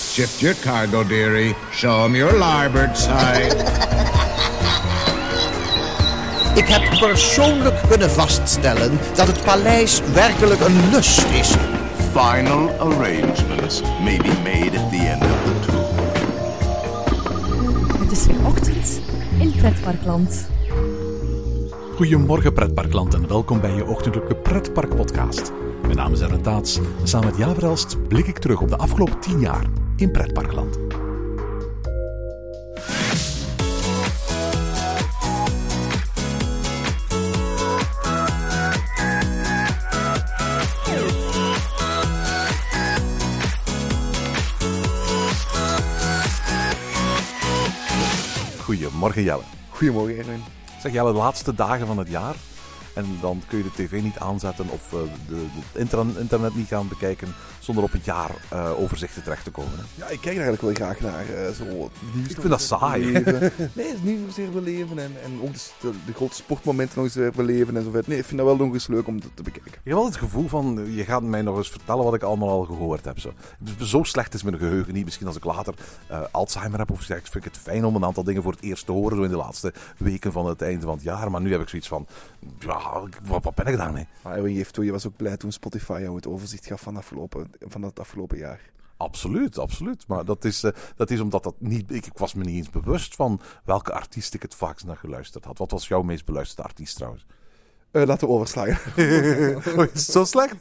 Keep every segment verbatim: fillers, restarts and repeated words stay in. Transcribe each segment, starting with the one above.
Shift your cargo, dearie. Show 'em your larboard side. Ik heb persoonlijk kunnen vaststellen dat het paleis werkelijk een lust is. Final arrangements may be made at the end of the tour. Het is weer ochtend in Pretparkland. Goedemorgen pretparkland en welkom bij je ochtendelijke pretparkpodcast. Mijn naam is Aaron Taats en samen met Javer Elst blik ik terug op de afgelopen tien jaar in pretparkland. Goedemorgen Jelle. Goedemorgen Erwin. Zeg Jelle, de laatste dagen van het jaar en dan kun je de tv niet aanzetten of uh, de, de internet, internet niet gaan bekijken zonder op het jaar uh, overzichten terecht te komen. Hè? Ja, ik kijk er eigenlijk wel graag naar. Uh, zo nieuws ik vind dat saai. Nee, het nieuws weer beleven en, en ook de, de grote sportmomenten nog eens weer beleven en zo verder. Nee, ik vind dat wel nog eens leuk om te, te bekijken. Ik heb wel het gevoel van, je gaat mij nog eens vertellen wat ik allemaal al gehoord heb. Zo, zo slecht is mijn geheugen niet. Misschien als ik later uh, Alzheimer heb of zeg, vind ik het fijn om een aantal dingen voor het eerst te horen, zo in de laatste weken van het einde van het jaar. Maar nu heb ik zoiets van, ja, wat, wat ben ik daarmee? Maar Erwin geeft toe, je was ook blij toen Spotify jou het overzicht gaf van, afgelopen, van het afgelopen jaar. Absoluut, absoluut. Maar dat is, uh, dat is omdat dat niet... Ik, ik was me niet eens bewust van welke artiest ik het vaakst naar geluisterd had. Wat was jouw meest beluisterde artiest trouwens? Uh, laten we overslagen. Oh, is het zo slecht?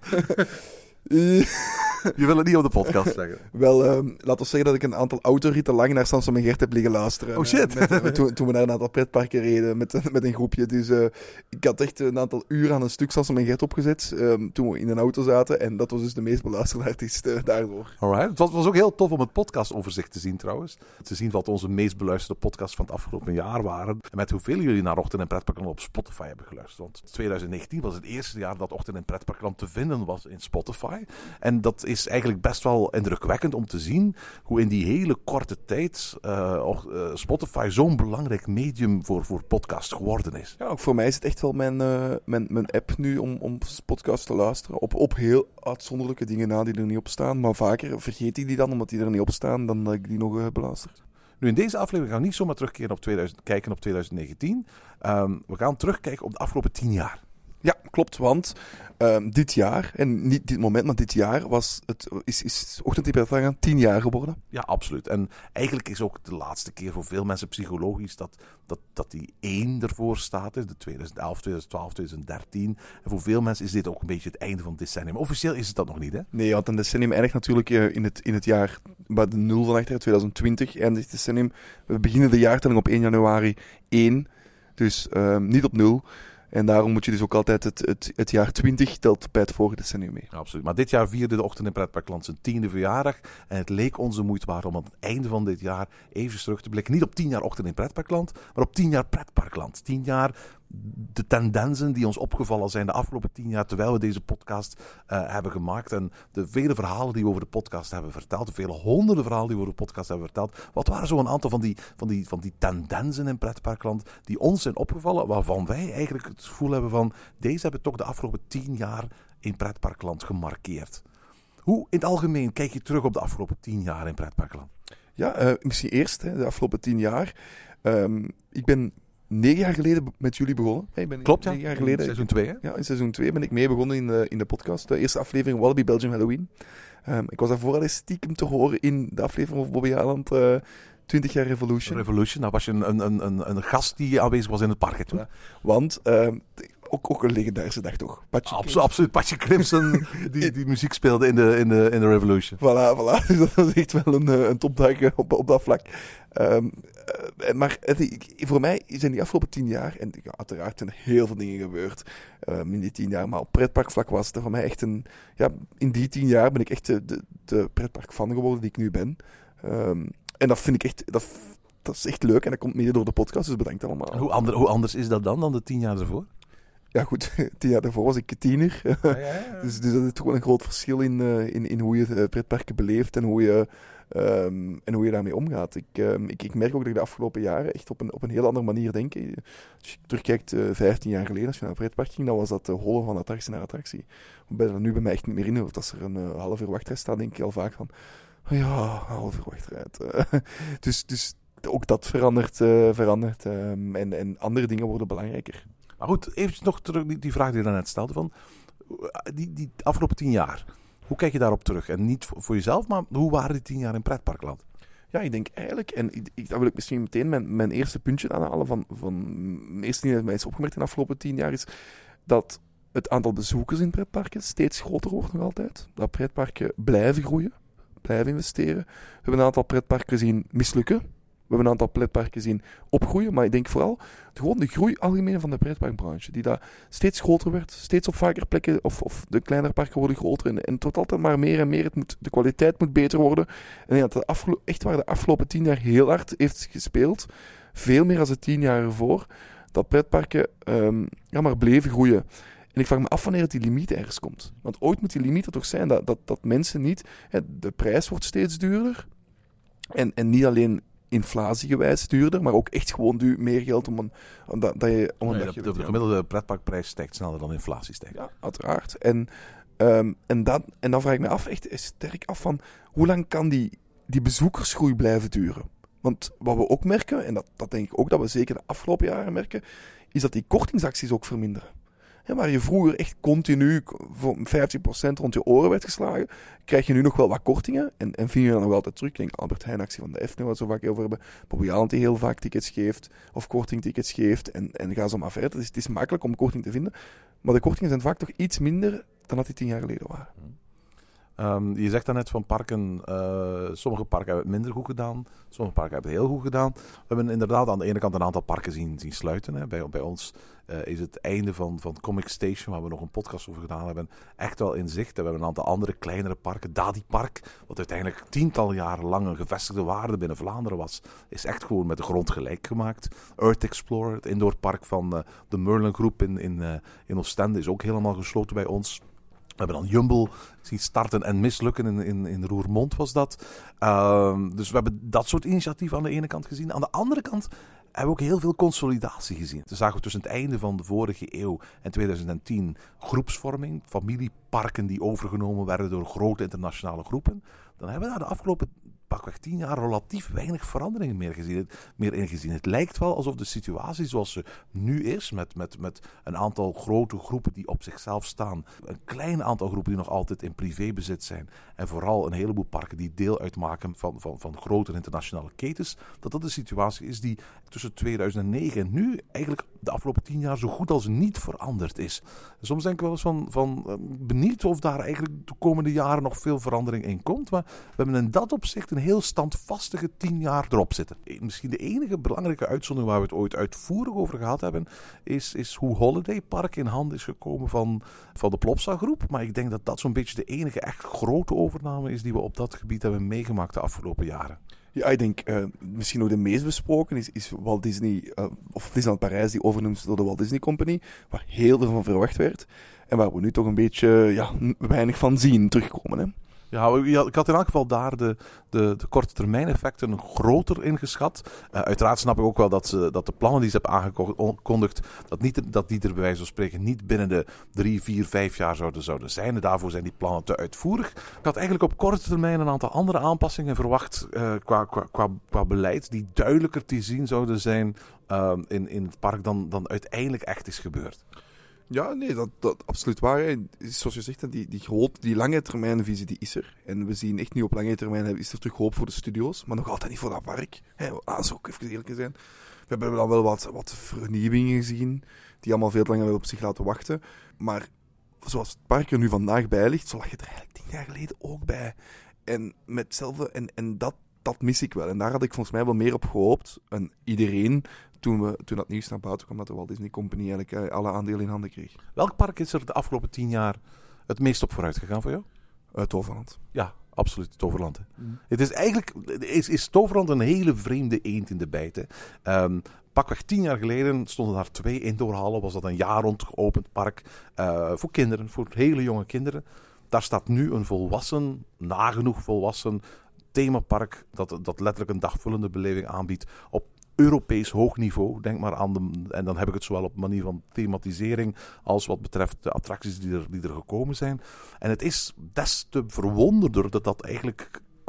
Je wil het niet op de podcast zeggen. Wel, um, laten we zeggen dat ik een aantal autoritten lang naar Samson en Gert heb liggen luisteren. Oh shit. Uh, met, met, toen, toen we naar een aantal pretparken reden met, met een groepje. Dus uh, ik had echt een aantal uren aan een stuk Samson en Gert opgezet. Um, toen we in een auto zaten. En dat was dus de meest beluisterde artiest uh, daardoor. Alright. Het was, was ook heel tof om het podcastoverzicht te zien trouwens. Te zien wat onze meest beluisterde podcasts van het afgelopen jaar waren. En met hoeveel jullie naar Ochtend in Pretparkland op Spotify hebben geluisterd. Want twintig negentien was het eerste jaar dat Ochtend in Pretparkland te vinden was in Spotify. En dat is eigenlijk best wel indrukwekkend om te zien hoe in die hele korte tijd uh, uh, Spotify zo'n belangrijk medium voor, voor podcast geworden is. Ja, ook voor mij is het echt wel mijn, uh, mijn, mijn app nu om, om podcast te luisteren. Op, op heel uitzonderlijke dingen na die er niet op staan. Maar vaker vergeet ik die dan, omdat die er niet op staan, dan dat ik die nog uh, beluister. Nu, in deze aflevering gaan we niet zomaar terugkeren op tweeduizend, kijken op twintig negentien. Um, we gaan terugkijken op de afgelopen tien jaar. Ja, klopt, want um, dit jaar, en niet dit moment, maar dit jaar, was het, is, is Ochtend in Pretparkland tien jaar geworden. Ja, absoluut. En eigenlijk is ook de laatste keer voor veel mensen psychologisch dat, dat, dat die één ervoor staat. De twintig elf, twintig twaalf, twintig dertien. En voor veel mensen is dit ook een beetje het einde van het decennium. Officieel is het dat nog niet, hè? Nee, want een decennium eindigt natuurlijk uh, in, het, in het jaar bij de nul van achter, twintig twintig. Eindigt het decennium. We beginnen de jaartelling op één januari één. Dus um, niet op nul. En daarom moet je dus ook altijd het, het, het jaar twintig telt bij het vorige decennium mee. Absoluut. Maar dit jaar vierde de Ochtend in Pretparkland zijn tiende verjaardag. En het leek onze moeite waard om aan het einde van dit jaar even terug te blikken. Niet op tien jaar Ochtend in Pretparkland, maar op tien jaar Pretparkland. Tien jaar de tendensen die ons opgevallen zijn de afgelopen tien jaar terwijl we deze podcast uh, hebben gemaakt. En de vele verhalen die we over de podcast hebben verteld. De vele honderden verhalen die we over de podcast hebben verteld. Wat waren zo een aantal van die, van die, van die tendensen in Pretparkland die ons zijn opgevallen. Waarvan wij eigenlijk het gevoel hebben van deze hebben toch de afgelopen tien jaar in Pretparkland gemarkeerd. Hoe in het algemeen kijk je terug op de afgelopen tien jaar in Pretparkland? Ja, uh, misschien eerst hè, de afgelopen tien jaar. Um, ik ben negen jaar geleden met jullie begonnen. Hey, ben Klopt, ja. Negen jaar geleden. In seizoen twee, hè? Ja, in seizoen twee ben ik mee begonnen in de, in de podcast. De eerste aflevering Wallaby Belgium Halloween. Um, ik was daarvoor al eens stiekem te horen in de aflevering over Bobby Aland, uh, twintig jaar Revolution. Revolution, dat was je een, een, een, een gast die aanwezig was in het park, hè, toen. Ja, want... Um, Ook, ook een legendarische dag, toch? Patje Absoluut, absoluut. Patje Crimson, die, die muziek speelde in de, in de, in de Revolution. Voilà, voilà. Dus dat was echt wel een, een topdag op, op dat vlak. Um, uh, maar het, voor mij zijn die afgelopen tien jaar, en ja, uiteraard zijn er heel veel dingen gebeurd um, in die tien jaar, maar op pretparkvlak was het voor mij echt een... Ja, in die tien jaar ben ik echt de, de, de pretparkfan geworden die ik nu ben. Um, en dat vind ik echt... Dat, dat is echt leuk en dat komt mede door de podcast, dus bedankt allemaal. Hoe, ander, hoe anders is dat dan, dan de tien jaar ervoor? Ja goed, tien jaar daarvoor was ik tiener. Ja, ja, ja. dus, dus dat is toch wel een groot verschil in, uh, in, in hoe je uh, pretparken beleeft en hoe je, um, en hoe je daarmee omgaat. Ik, um, ik, ik merk ook dat ik de afgelopen jaren echt op een, op een heel andere manier denk. Als je terugkijkt, uh, vijftien jaar geleden, als je naar een pretpark ging, dan was dat uh, hollen van attractie naar attractie. Bij dat nu bij mij echt niet meer in, of als er een uh, half uur wachtrij staat, denk ik al vaak van... Ja, halve verwachterheid. Uh, dus, dus ook dat verandert. Uh, verandert um, en, en andere dingen worden belangrijker. Maar goed, even nog terug die, die vraag die je daarnet stelde. Van, die, die afgelopen tien jaar, hoe kijk je daarop terug? En niet voor, voor jezelf, maar hoe waren die tien jaar in pretparkland? Ja, ik denk eigenlijk, en ik, ik, daar wil ik misschien meteen mijn, mijn eerste puntje aanhalen van, van het eerste ding dat mij is opgemerkt in de afgelopen tien jaar is dat het aantal bezoekers in pretparken steeds groter wordt nog altijd. Dat pretparken blijven groeien, blijven investeren. We hebben een aantal pretparken zien mislukken. We hebben een aantal pretparken zien opgroeien, maar ik denk vooral de, gewoon de groei algemeen van de pretparkbranche, die daar steeds groter werd, steeds op vaker plekken, of, of de kleinere parken worden groter en, en het wordt altijd maar meer en meer, het moet, de kwaliteit moet beter worden. En ja, de afgelo- echt waar de afgelopen tien jaar heel hard heeft gespeeld, veel meer dan de tien jaar ervoor, dat pretparken um, ja, maar bleven groeien. En ik vraag me af wanneer het die limiet ergens komt. Want ooit moet die limiet er toch zijn dat, dat, dat mensen niet... Hè, de prijs wordt steeds duurder. En, en niet alleen inflatiegewijs duurder, maar ook echt gewoon duur, meer geld om een, om dat, dat je... Om een Nee, dagje de, de, de gemiddelde pretparkprijs stijgt sneller dan inflatie stijgt. Ja, uiteraard. En, um, en, dat, en dan vraag ik me af, echt sterk af van... Hoe lang kan die, die bezoekersgroei blijven duren? Want wat we ook merken, en dat, dat denk ik ook dat we zeker de afgelopen jaren merken, is dat die kortingsacties ook verminderen. Ja, waar je vroeger echt continu voor vijftig procent rond je oren werd geslagen, krijg je nu nog wel wat kortingen. En, en vind je dat nog altijd terug. Ik denk Albert Heijn actie van de Efteling, waar we zo vaak over hebben. Bobby Allen die heel vaak tickets geeft, of kortingtickets geeft. En, en ga zo maar verder. Dus het is makkelijk om korting te vinden. Maar de kortingen zijn vaak toch iets minder dan dat die tien jaar geleden waren. Um, je zegt daarnet van parken, uh, sommige parken hebben het minder goed gedaan, sommige parken hebben het heel goed gedaan. We hebben inderdaad aan de ene kant een aantal parken zien, zien sluiten. Hè. Bij, bij ons uh, is het einde van, van Comic Station, waar we nog een podcast over gedaan hebben, echt wel in zicht. We hebben een aantal andere kleinere parken. Dadi Park, wat uiteindelijk tientallen jaren lang een gevestigde waarde binnen Vlaanderen was, is echt gewoon met de grond gelijk gemaakt. Earth Explorer, het indoorpark van uh, de Merlin Groep in, in, uh, in Oostende, is ook helemaal gesloten bij ons. We hebben dan Jumbo zien starten en mislukken. In, in, in Roermond was dat. Uh, dus we hebben dat soort initiatieven aan de ene kant gezien. Aan de andere kant hebben we ook heel veel consolidatie gezien. We zagen tussen het einde van de vorige eeuw en tweeduizend tien groepsvorming. Familieparken die overgenomen werden door grote internationale groepen. Dan hebben we daar de afgelopen pakweg tien jaar relatief weinig veranderingen meer, gezien, meer ingezien. Het lijkt wel alsof de situatie zoals ze nu is, met, met, met een aantal grote groepen die op zichzelf staan, een klein aantal groepen die nog altijd in privébezit zijn, en vooral een heleboel parken die deel uitmaken van, van, van grote internationale ketens, dat dat de situatie is die tussen tweeduizend negen en nu eigenlijk de afgelopen tien jaar zo goed als niet veranderd is. Soms denk ik wel eens van, van benieuwd of daar eigenlijk de komende jaren nog veel verandering in komt, maar we hebben in dat opzicht een heel standvastige tien jaar erop zitten. Misschien de enige belangrijke uitzondering waar we het ooit uitvoerig over gehad hebben, is, is hoe Holiday Park in handen is gekomen van, van de Plopsa groep. Maar ik denk dat dat zo'n beetje de enige echt grote overname is die we op dat gebied hebben meegemaakt de afgelopen jaren. Ja, ik denk uh, misschien ook de meest besproken is, is Walt Disney, uh, of Disneyland Parijs, die overnoemd is door de Walt Disney Company, waar heel veel van verwacht werd. En waar we nu toch een beetje ja, weinig van zien terugkomen, hè. Ja, ik had in elk geval daar de, de, de korte termijn effecten groter ingeschat. Uh, uiteraard snap ik ook wel dat, ze, dat de plannen die ze hebben aangekondigd, dat, niet, dat die er bij wijze van spreken niet binnen de drie, vier, vijf jaar zouden, zouden zijn. En daarvoor zijn die plannen te uitvoerig. Ik had eigenlijk op korte termijn een aantal andere aanpassingen verwacht uh, qua, qua, qua, qua beleid die duidelijker te zien zouden zijn uh, in, in het park dan, dan uiteindelijk echt is gebeurd. Ja, nee, dat, dat absoluut waar. Hè. Zoals je zegt, die, die, groot, die lange termijnvisie die is er. En we zien echt nu op lange termijn is er terug hoop voor de studio's, maar nog altijd niet voor dat park. Hè, laten we ook even eerlijk zijn. We hebben dan wel wat, wat vernieuwingen gezien, die allemaal veel langer op zich laten wachten. Maar zoals het park er nu vandaag bij ligt, zo lag het er eigenlijk tien jaar geleden ook bij. En met hetzelfde, en, en dat, dat mis ik wel. En daar had ik volgens mij wel meer op gehoopt. En iedereen... Toen, we, toen dat nieuws naar buiten kwam dat de Walt Disney Company eigenlijk alle aandelen in handen kreeg. Welk park is er de afgelopen tien jaar het meest op vooruit gegaan voor jou? Uh, Toverland. Ja, absoluut. Toverland. Hè. Mm. Het is eigenlijk... Is, is Toverland een hele vreemde eend in de bijt. Hè. Um, pakweg tien jaar geleden stonden daar twee indoorhallen. Was dat een jaar rond geopend park. Uh, voor kinderen. Voor hele jonge kinderen. Daar staat nu een volwassen, nagenoeg volwassen themapark. Dat, dat letterlijk een dagvullende beleving aanbiedt. Op Europees hoog niveau, denk maar aan de, en dan heb ik het zowel op manier van thematisering als wat betreft de attracties die er, die er gekomen zijn. En het is des te verwonderder dat dat eigenlijk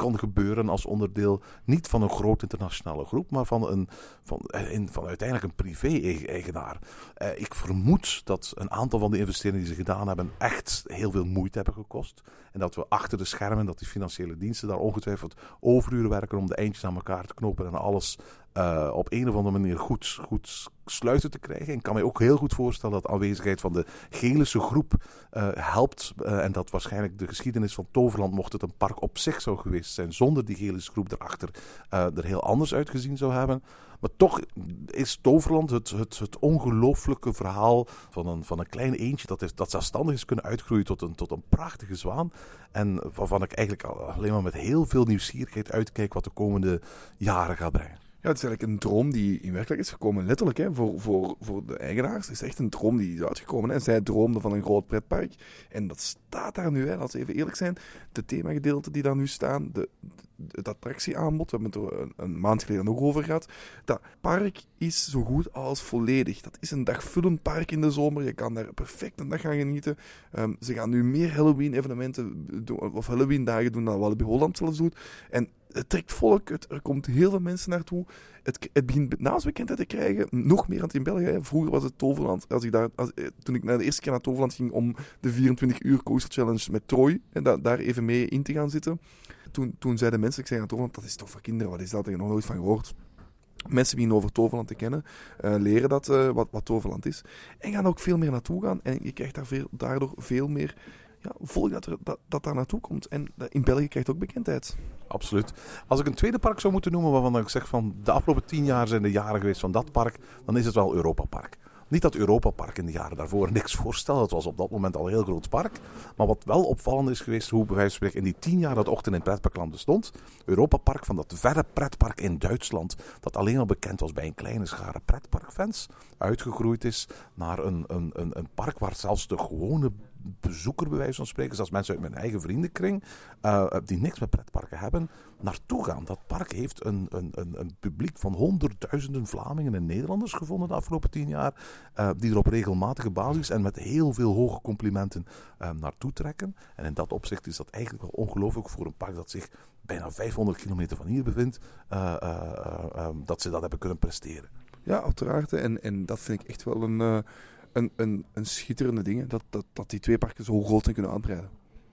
kon gebeuren als onderdeel niet van een groot internationale groep, maar van, een, van, in, van uiteindelijk een privé-eigenaar. Uh, ik vermoed dat een aantal van de investeringen die ze gedaan hebben echt heel veel moeite hebben gekost. En dat we achter de schermen, dat die financiële diensten daar ongetwijfeld overuren werken om de eindjes aan elkaar te knopen en alles uh, op een of andere manier goed, goed sluiten te krijgen. En ik kan me ook heel goed voorstellen dat de aanwezigheid van de Gelische groep uh, helpt. Uh, en dat waarschijnlijk de geschiedenis van Toverland, mocht het een park op zich zou geweest zijn, zonder die Gelische groep erachter, uh, er heel anders uitgezien zou hebben. Maar toch is Toverland het, het, het ongelooflijke verhaal van een, van een klein eendje dat, is, dat zelfstandig is kunnen uitgroeien tot een, tot een prachtige zwaan. En waarvan ik eigenlijk alleen maar met heel veel nieuwsgierigheid uitkijk wat de komende jaren gaat brengen. Ja, het is eigenlijk een droom die in werkelijkheid is gekomen. Letterlijk, hè, voor, voor, voor de eigenaars. Het is echt een droom die is uitgekomen. Hè. En zij droomden van een groot pretpark. En dat staat daar nu, hè, laten we even eerlijk zijn. De themagedeelten die daar nu staan, de, de, het attractieaanbod, we hebben het er een, een maand geleden ook over gehad. Dat park is zo goed als volledig. Dat is een dagvullend park in de zomer. Je kan daar perfect een dag gaan genieten. Um, ze gaan nu meer Halloween-evenementen doen, of Halloween-dagen doen dan Walibi Holland zelfs doet. En het trekt volk, het, er komt heel veel mensen naartoe. Het, het begint naamsbekendheid te krijgen, nog meer dan het in België. Hè. Vroeger was het Toverland. Als ik daar, als, toen ik naar de eerste keer naar Toverland ging om de vierentwintig uur Coaster Challenge met Troy, en da, daar even mee in te gaan zitten, toen, toen zeiden mensen, ik zei aan Toverland, dat is toch voor kinderen, wat is dat? Ik heb er nog nooit van gehoord. Mensen beginnen over Toverland te kennen, uh, leren dat, uh, wat, wat Toverland is, en gaan ook veel meer naartoe gaan. En je krijgt daar veel, daardoor veel meer ja, volk dat, er, dat, dat daar naartoe komt. En in België krijgt het ook bekendheid. Absoluut. Als ik een tweede park zou moeten noemen, waarvan ik zeg van de afgelopen tien jaar zijn de jaren geweest van dat park, dan is het wel Europa Park. Niet dat Europa Park in de jaren daarvoor niks voorstelde. Het was op dat moment al een heel groot park. Maar wat wel opvallend is geweest, hoe bij wijze van spreken in die tien jaar dat Ochtend in Pretparkland bestond, Europa Park van dat verre pretpark in Duitsland, dat alleen al bekend was bij een kleine schare pretparkfans, uitgegroeid is naar een, een, een, een park waar zelfs de gewone bezoeker, bij wijze van spreken, zelfs mensen uit mijn eigen vriendenkring, uh, die niks met pretparken hebben, naartoe gaan. Dat park heeft een, een, een, een publiek van honderdduizenden Vlamingen en Nederlanders gevonden de afgelopen tien jaar, uh, die er op regelmatige basis en met heel veel hoge complimenten uh, naartoe trekken. En in dat opzicht is dat eigenlijk wel ongelooflijk voor een park dat zich bijna vijfhonderd kilometer van hier bevindt, uh, uh, uh, uh, dat ze dat hebben kunnen presteren. Ja, uiteraard. En, en dat vind ik echt wel een... Uh... Een, een, een schitterende ding, dat, dat, dat die twee parken zo groot zijn kunnen aanbreiden.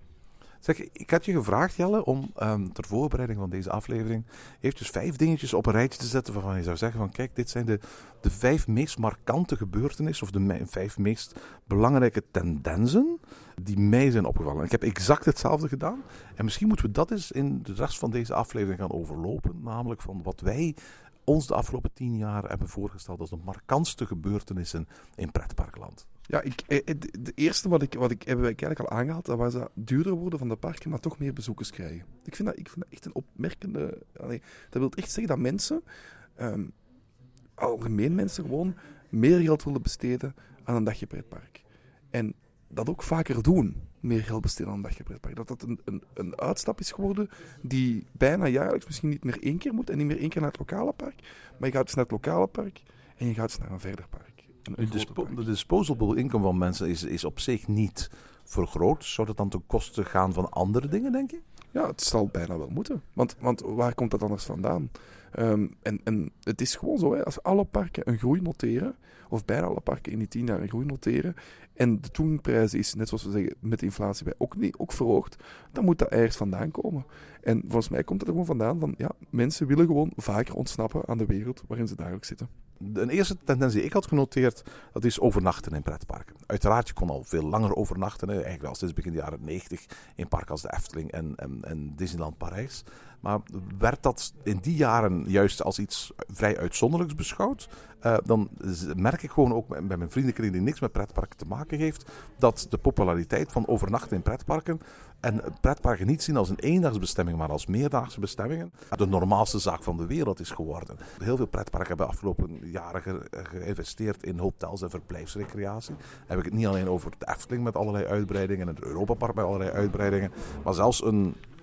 Zeg, ik had je gevraagd, Jelle, om um, ter voorbereiding van deze aflevering eventjes vijf dingetjes op een rijtje te zetten waarvan je zou zeggen van kijk, dit zijn de, de vijf meest markante gebeurtenissen of de me- vijf meest belangrijke tendensen die mij zijn opgevallen. Ik heb exact hetzelfde gedaan en misschien moeten we dat eens in de rest van deze aflevering gaan overlopen, namelijk van wat wij ons de afgelopen tien jaar hebben voorgesteld als de markantste gebeurtenissen in pretparkland. Ja, ik, de eerste wat ik, wat ik heb ik eigenlijk al aangehaald, dat was dat duurder worden van de parken, maar toch meer bezoekers krijgen. Ik vind dat, ik vind dat echt een opmerkende... Allee, dat wil echt zeggen dat mensen, um, algemeen mensen gewoon, meer geld willen besteden aan een dagje pretpark. En dat ook vaker doen, meer geld besteden aan een dagje pretpark. Dat dat een, een, een uitstap is geworden die bijna jaarlijks misschien niet meer één keer moet en niet meer één keer naar het lokale park, maar je gaat eens naar het lokale park en je gaat eens naar een verder park. De, dispo- de disposable income van mensen is, is op zich niet vergroot. Zou dat dan ten koste gaan van andere dingen, denk je? Ja, het zal bijna wel moeten. Want, want waar komt dat anders vandaan? Um, en, en het is gewoon zo, hè, als alle parken een groei noteren, of bijna alle parken in die tien jaar een groei noteren, en de toenprijs is, net zoals we zeggen, met de inflatie bij ook, niet, ook verhoogd, dan moet dat ergens vandaan komen. En volgens mij komt dat er gewoon vandaan van, ja, mensen willen gewoon vaker ontsnappen aan de wereld waarin ze dagelijks zitten. De eerste tendens die ik had genoteerd, dat is overnachten in pretparken. Uiteraard, je kon al veel langer overnachten, hè, eigenlijk al sinds begin jaren negentig, in parken als de Efteling en, en, en Disneyland Parijs. Maar werd dat in die jaren juist als iets vrij uitzonderlijks beschouwd, uh, dan merk ik gewoon ook bij mijn vriendenkring die niks met pretparken te maken heeft, dat de populariteit van overnachten in pretparken en pretparken niet zien als een eendagsbestemming, maar als meerdaagse bestemmingen, de normaalste zaak van de wereld is geworden. Heel veel pretparken hebben afgelopen jaren ge- geïnvesteerd in hotels en verblijfsrecreatie. Dan heb ik het niet alleen over de Efteling met allerlei uitbreidingen en het Europa Park met allerlei uitbreidingen, maar zelfs een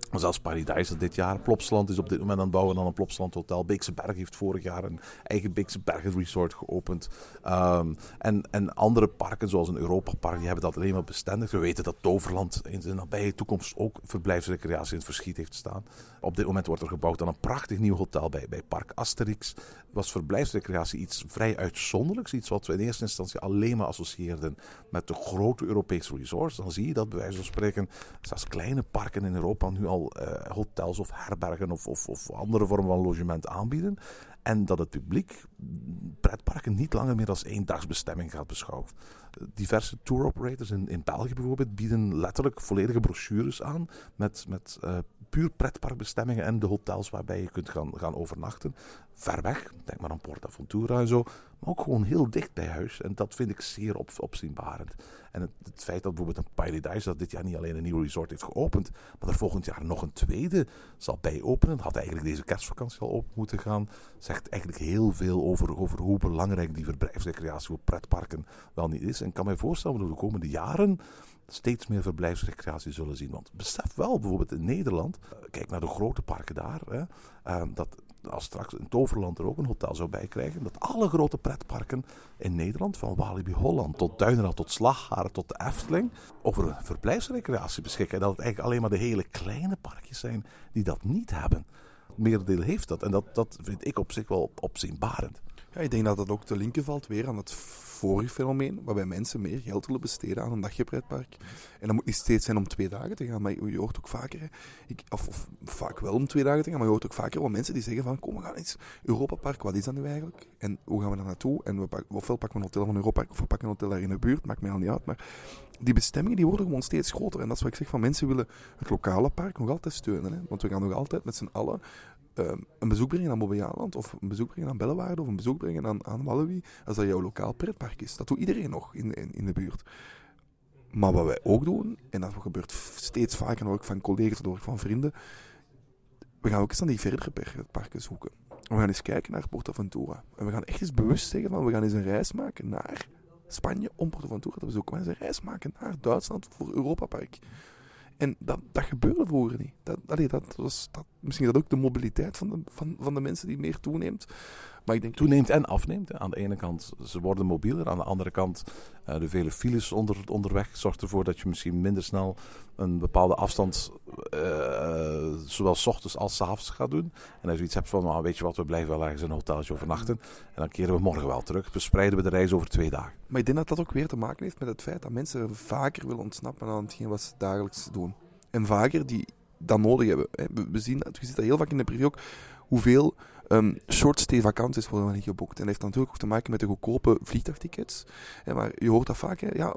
Maar zelfs Paradise dit jaar, Plopsaland is op dit moment aan het bouwen aan een Plopsaland Hotel. Beekse Bergen heeft vorig jaar een eigen Beekse Bergen Resort geopend. Um, en, en andere parken, zoals een Europa Park, die hebben dat alleen maar bestendigd. We weten dat Toverland in de nabije toekomst ook verblijfsrecreatie in het verschiet heeft staan. Op dit moment wordt er gebouwd aan een prachtig nieuw hotel bij, bij Park Asterix. Was verblijfsrecreatie iets vrij uitzonderlijks. Iets wat we in eerste instantie alleen maar associeerden met de grote Europese resorts. Dan zie je dat bij wijze van spreken zelfs kleine parken in Europa nu al Uh, hotels of herbergen of, of, of andere vormen van logement aanbieden. En dat het publiek pretparken niet langer meer als eendagsbestemming gaat beschouwen. Diverse tour operators in, in België bijvoorbeeld bieden letterlijk volledige brochures aan met, met uh, puur pretparkbestemmingen en de hotels waarbij je kunt gaan, gaan overnachten. Ver weg, denk maar aan PortAventura en zo, maar ook gewoon heel dicht bij huis. En dat vind ik zeer op, opzienbarend. En het, het feit dat bijvoorbeeld een Paradise dat dit jaar niet alleen een nieuw resort heeft geopend, maar er volgend jaar nog een tweede zal bij openen. Had eigenlijk deze kerstvakantie al open moeten gaan. Zegt eigenlijk heel veel over, over hoe belangrijk die verblijfsrecreatie voor pretparken wel niet is. En ik kan mij voorstellen dat we de komende jaren steeds meer verblijfsrecreatie zullen zien. Want besef wel, bijvoorbeeld in Nederland, kijk naar de grote parken daar, hè, uh, dat als straks in Toverland er ook een hotel zou bij krijgen, dat alle grote pretparken in Nederland, van Walibi Holland tot Duinerland, tot Slagharen, tot de Efteling, over een verblijfsrecreatie beschikken. En dat het eigenlijk alleen maar de hele kleine parkjes zijn die dat niet hebben. Het merendeel heeft dat. En dat, dat vind ik op zich wel opzienbarend. Ja, ik denk dat dat ook te linken valt weer aan het vorige fenomeen, waarbij mensen meer geld willen besteden aan een dagje pretpark. En dat moet niet steeds zijn om twee dagen te gaan, maar je hoort ook vaker, ik, of, of vaak wel om twee dagen te gaan, maar je hoort ook vaker wel mensen die zeggen van, kom, we gaan eens Europa Park, wat is dat nu eigenlijk? En hoe gaan we daar naartoe? En we pak, ofwel pakken we een hotel van Europa Park, of we pakken een hotel daar in de buurt, maakt mij al niet uit, maar die bestemmingen die worden gewoon steeds groter. En dat is wat ik zeg, van mensen willen het lokale park nog altijd steunen, hè? Want we gaan nog altijd met z'n allen Uh, een bezoek brengen aan Bobbejaanland, of een bezoek brengen aan Bellewaarde, of een bezoek brengen aan, aan Walibi, als dat jouw lokaal pretpark is. Dat doet iedereen nog in, in, in de buurt. Maar wat wij ook doen, en dat gebeurt steeds vaker, hoor ik van collega's, dat hoor ik van vrienden, we gaan ook eens aan die verdere pretparken zoeken. We gaan eens kijken naar PortAventura. En we gaan echt eens bewust zeggen van, we gaan eens een reis maken naar Spanje om PortAventura te bezoeken. We gaan eens een reis maken naar Duitsland voor Europa Park. En dat, dat gebeurde vroeger niet. Dat, allee, dat was, dat, misschien dat ook de mobiliteit van de, van, van de mensen die meer toeneemt. Maar ik denk toeneemt en afneemt. Hè. Aan de ene kant, ze worden mobieler. Aan de andere kant, uh, de vele files onder, onderweg zorgt ervoor dat je misschien minder snel een bepaalde afstand, uh, zowel 's ochtends als 's avonds gaat doen. En als je iets hebt van, nou, weet je wat, we blijven wel ergens in een hotelletje overnachten. En dan keren we morgen wel terug. Verspreiden we de reis over twee dagen. Maar ik denk dat dat ook weer te maken heeft met het feit dat mensen vaker willen ontsnappen aan hetgeen wat ze dagelijks doen. En vaker die dat nodig hebben. We zien dat, je ziet dat heel vaak in de periode ook, hoeveel um, short-stay vakanties worden wel niet geboekt. En dat heeft natuurlijk ook te maken met de goedkope vliegtuigtickets. Ja, maar je hoort dat vaak, hè. Ja,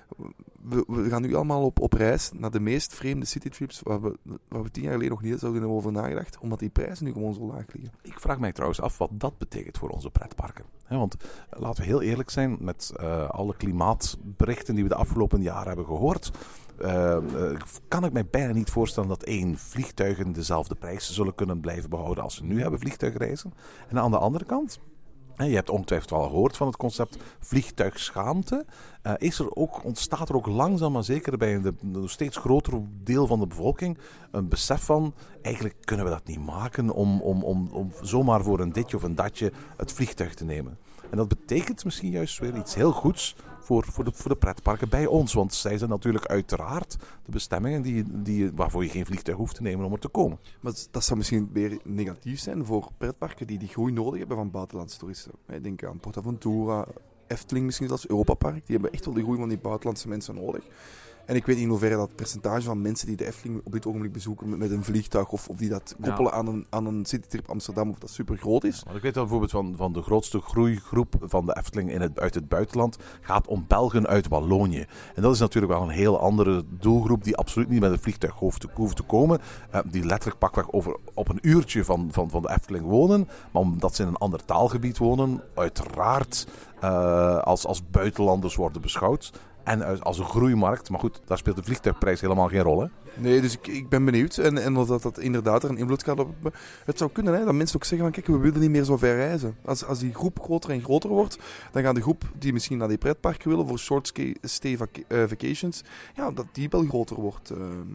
we, we gaan nu allemaal op, op reis naar de meest vreemde citytrips waar we, waar we tien jaar geleden nog niet zouden hebben over nagedacht, omdat die prijzen nu gewoon zo laag liggen. Ik vraag mij trouwens af wat dat betekent voor onze pretparken. He, want uh, laten we heel eerlijk zijn met uh, alle klimaatberichten die we de afgelopen jaren hebben gehoord. Uh, uh, kan ik mij bijna niet voorstellen dat één, vliegtuigen dezelfde prijzen zullen kunnen blijven behouden als ze nu hebben vliegtuigreizen. En aan de andere kant, hè, je hebt ongetwijfeld wel gehoord van het concept vliegtuigschaamte. Uh, is er ook, ontstaat er ook langzaam maar zeker bij een, een steeds groter deel van de bevolking een besef van, eigenlijk kunnen we dat niet maken om, om, om, om zomaar voor een ditje of een datje het vliegtuig te nemen. En dat betekent misschien juist weer iets heel goeds voor, voor, de, voor de pretparken bij ons. Want zij zijn natuurlijk uiteraard de bestemmingen die, die, waarvoor je geen vliegtuig hoeft te nemen om er te komen. Maar dat zou misschien weer negatief zijn voor pretparken die die groei nodig hebben van buitenlandse toeristen. Ik denk aan PortAventura, Efteling misschien zelfs, Europa Park. Die hebben echt wel de groei van die buitenlandse mensen nodig. En ik weet niet in hoeverre dat percentage van mensen die de Efteling op dit ogenblik bezoeken met een vliegtuig of, of die dat koppelen ja. aan, een, aan een citytrip Amsterdam, of dat super groot is. Ja, ik weet wel bijvoorbeeld van, van de grootste groeigroep van de Efteling in het, uit het buitenland gaat om Belgen uit Wallonië. En dat is natuurlijk wel een heel andere doelgroep die absoluut niet met een vliegtuig hoeft te, hoeft te komen. Uh, die letterlijk pakweg over, op een uurtje van, van, van de Efteling wonen. Maar omdat ze in een ander taalgebied wonen, uiteraard uh, als, als buitenlanders worden beschouwd. En als een groeimarkt. Maar goed, daar speelt de vliegtuigprijs helemaal geen rol, hè? Nee, dus ik, ik ben benieuwd. En, en of dat, dat inderdaad er een invloed gaat op... Het zou kunnen, hè, dat mensen ook zeggen van, kijk, we willen niet meer zo ver reizen. Als, als die groep groter en groter wordt, dan gaan de groep die misschien naar die pretparken willen voor short stay vac- uh, vacations, ja, dat die wel groter wordt. Uh.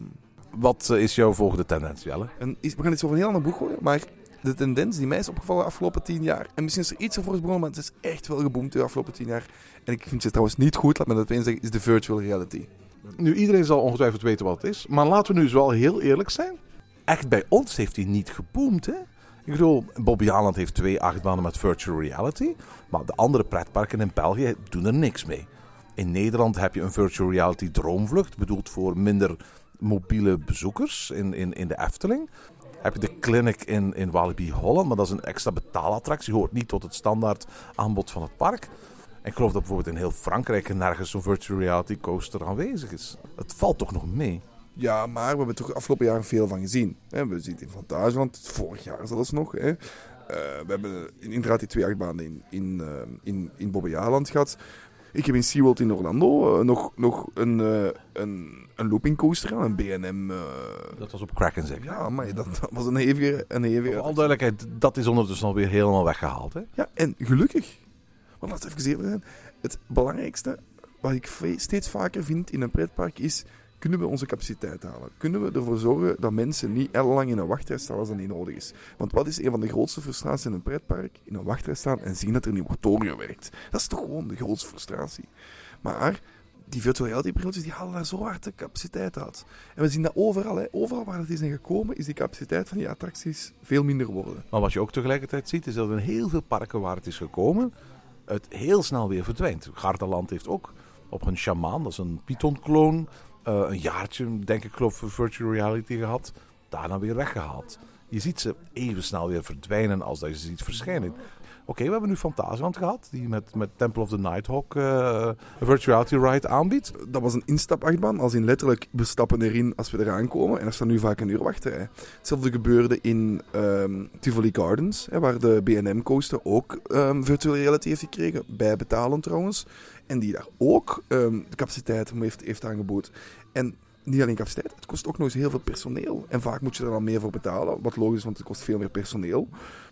Wat uh, is jouw volgende tendens, Jelle? En is, we gaan iets over een heel ander boek gooien, maar de tendens die mij is opgevallen de afgelopen tien jaar, en misschien is er iets ervoor is begonnen, maar het is echt wel geboomd de afgelopen tien jaar. En ik vind het trouwens niet goed, laat me dat meteen zeggen, is de virtual reality. Nu, iedereen zal ongetwijfeld weten wat het is, maar laten we nu eens wel heel eerlijk zijn. Echt bij ons heeft hij niet geboomd, hè? Ik bedoel, Bobby Aland heeft twee achtbanen met virtual reality, maar de andere pretparken in België doen er niks mee. In Nederland heb je een virtual reality droomvlucht, bedoeld voor minder mobiele bezoekers in, in, in de Efteling. Heb je de Clinic in, in Walibi Holland, maar dat is een extra betaalattractie, hoort niet tot het standaard aanbod van het park. En ik geloof dat bijvoorbeeld in heel Frankrijk nergens zo'n virtual reality coaster aanwezig is. Het valt toch nog mee? Ja, maar we hebben er toch afgelopen jaren veel van gezien. We zien het in Fantasieland, vorig jaar zelfs nog. Hè. Uh, we hebben inderdaad die twee achtbanen in, in, uh, in, in Bobbejaanland gehad. Ik heb in SeaWorld in Orlando uh, nog, nog een, uh, een, een looping coaster aan, een B en M. Uh... Dat was op Kraken zeker? Ja, maar dat, dat was een hevige... Een hevige Voor alle duidelijkheid, dat is ondertussen alweer helemaal weggehaald. Hè? Ja, en gelukkig. Want laten we even eerlijk zijn. Het belangrijkste, wat ik steeds vaker vind in een pretpark, is... Kunnen we onze capaciteit halen? Kunnen we ervoor zorgen dat mensen niet heel lang in een wachtrij staan als dat niet nodig is? Want wat is een van de grootste frustraties in een pretpark? In een wachtrij staan en zien dat er niet motorium werkt. Dat is toch gewoon de grootste frustratie. Maar die virtual reality brilletjes die halen daar zo hard de capaciteit uit. En we zien dat overal. Hè. Overal waar het is in gekomen, is die capaciteit van die attracties veel minder geworden. Maar wat je ook tegelijkertijd ziet, is dat in heel veel parken waar het is gekomen, het heel snel weer verdwijnt. Gardaland heeft ook op een shamaan, dat is een Python-kloon, Uh, een jaartje, denk ik, geloof ik, virtual reality gehad. Daarna weer weggehaald. Je ziet ze even snel weer verdwijnen als dat je ze ziet verschijnen. Oké, okay, we hebben nu Fantasieland gehad, die met, met Temple of the Nighthawk uh, een virtual reality ride aanbiedt. Dat was een instapachtbaan, als in letterlijk we stappen erin als we eraan komen. En er staat nu vaak een uur wachtrij. Hetzelfde gebeurde in um, Tivoli Gardens, hè, waar de B en M coaster ook um, virtual reality heeft gekregen, bij betalen trouwens. En die daar ook um, de capaciteit heeft, heeft aangeboden. En niet alleen capaciteit, het kost ook nog eens heel veel personeel. En vaak moet je er dan meer voor betalen. Wat logisch is, want het kost veel meer personeel.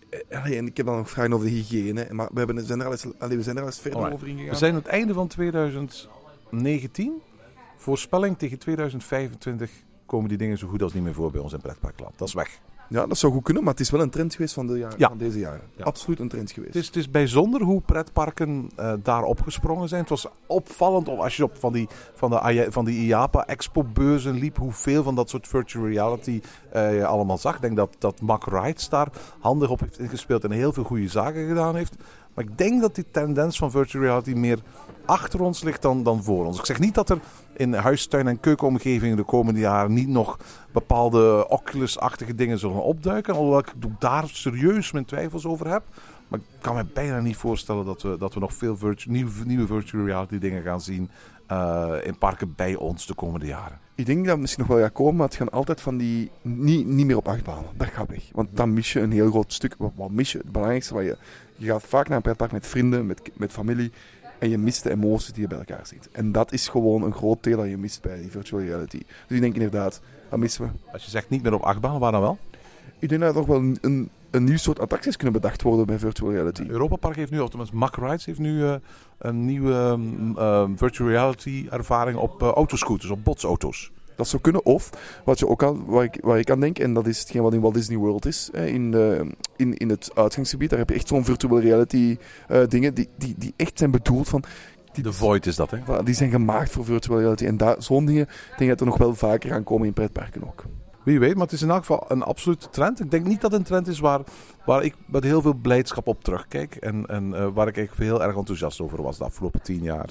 En ik heb dan nog vragen over de hygiëne. Maar we, hebben, we zijn er al eens, we zijn er al eens verder Alright. over ingegaan. We zijn aan het einde van twintig negentien. Voorspelling tegen twintig vijfentwintig komen die dingen zo goed als niet meer voor bij ons in pretparkland. Dat is weg. Ja, dat zou goed kunnen, maar het is wel een trend geweest van, de jaren, ja. van deze jaren. Ja. Absoluut een trend geweest. Het is, het is bijzonder hoe pretparken uh, daar opgesprongen zijn. Het was opvallend als je op van die, van de, van die I A P A-expo-beurzen liep, hoeveel van dat soort virtual reality uh, je allemaal zag. Ik denk dat, dat Mack Rides daar handig op heeft ingespeeld en heel veel goede zaken gedaan heeft. Maar ik denk dat die tendens van virtual reality meer achter ons ligt dan, dan voor ons. Ik zeg niet dat er in huistuin- en keukenomgevingen de komende jaren niet nog bepaalde Oculus-achtige dingen zullen opduiken. Alhoewel ik daar serieus mijn twijfels over heb. Maar ik kan me bijna niet voorstellen dat we, dat we nog veel virtu- nieuwe, nieuwe virtual reality dingen gaan zien uh, in parken bij ons de komende jaren. Ik denk dat het misschien nog wel gaat komen, maar het gaan altijd van die... Niet, niet meer op achtbanen. Dat gaat weg. Want dan mis je een heel groot stuk. Wat, wat mis je? Het belangrijkste wat je... Je gaat vaak naar een pretpark met vrienden, met, met familie. En je mist de emoties die je bij elkaar ziet. En dat is gewoon een groot deel dat je mist bij die virtual reality. Dus ik denk inderdaad, dat missen we. Als je zegt niet meer op achtbanen, waar dan wel? Ik denk dat er nog wel een, een, een nieuw soort attracties kunnen bedacht worden bij virtual reality. Europa Park heeft nu, of tenminste Mack Rides heeft nu uh, een nieuwe uh, virtual reality ervaring op uh, autoscooters, op botsauto's. Dat zou kunnen. Of, wat je ook al, waar, ik, waar ik aan denk, en dat is hetgeen wat in Walt Disney World is, hè, in, de, in, in het uitgangsgebied, daar heb je echt zo'n virtual reality uh, dingen die, die, die echt zijn bedoeld van... Die, de Void is dat, hè? Die zijn gemaakt voor virtual reality. En daar, zo'n dingen denk ik dat er nog wel vaker aan komen in pretparken ook. Wie weet, maar het is in elk geval een absolute trend. Ik denk niet dat het een trend is waar, waar ik met heel veel blijdschap op terugkijk. En, en uh, waar ik eigenlijk heel erg enthousiast over was de afgelopen tien jaar.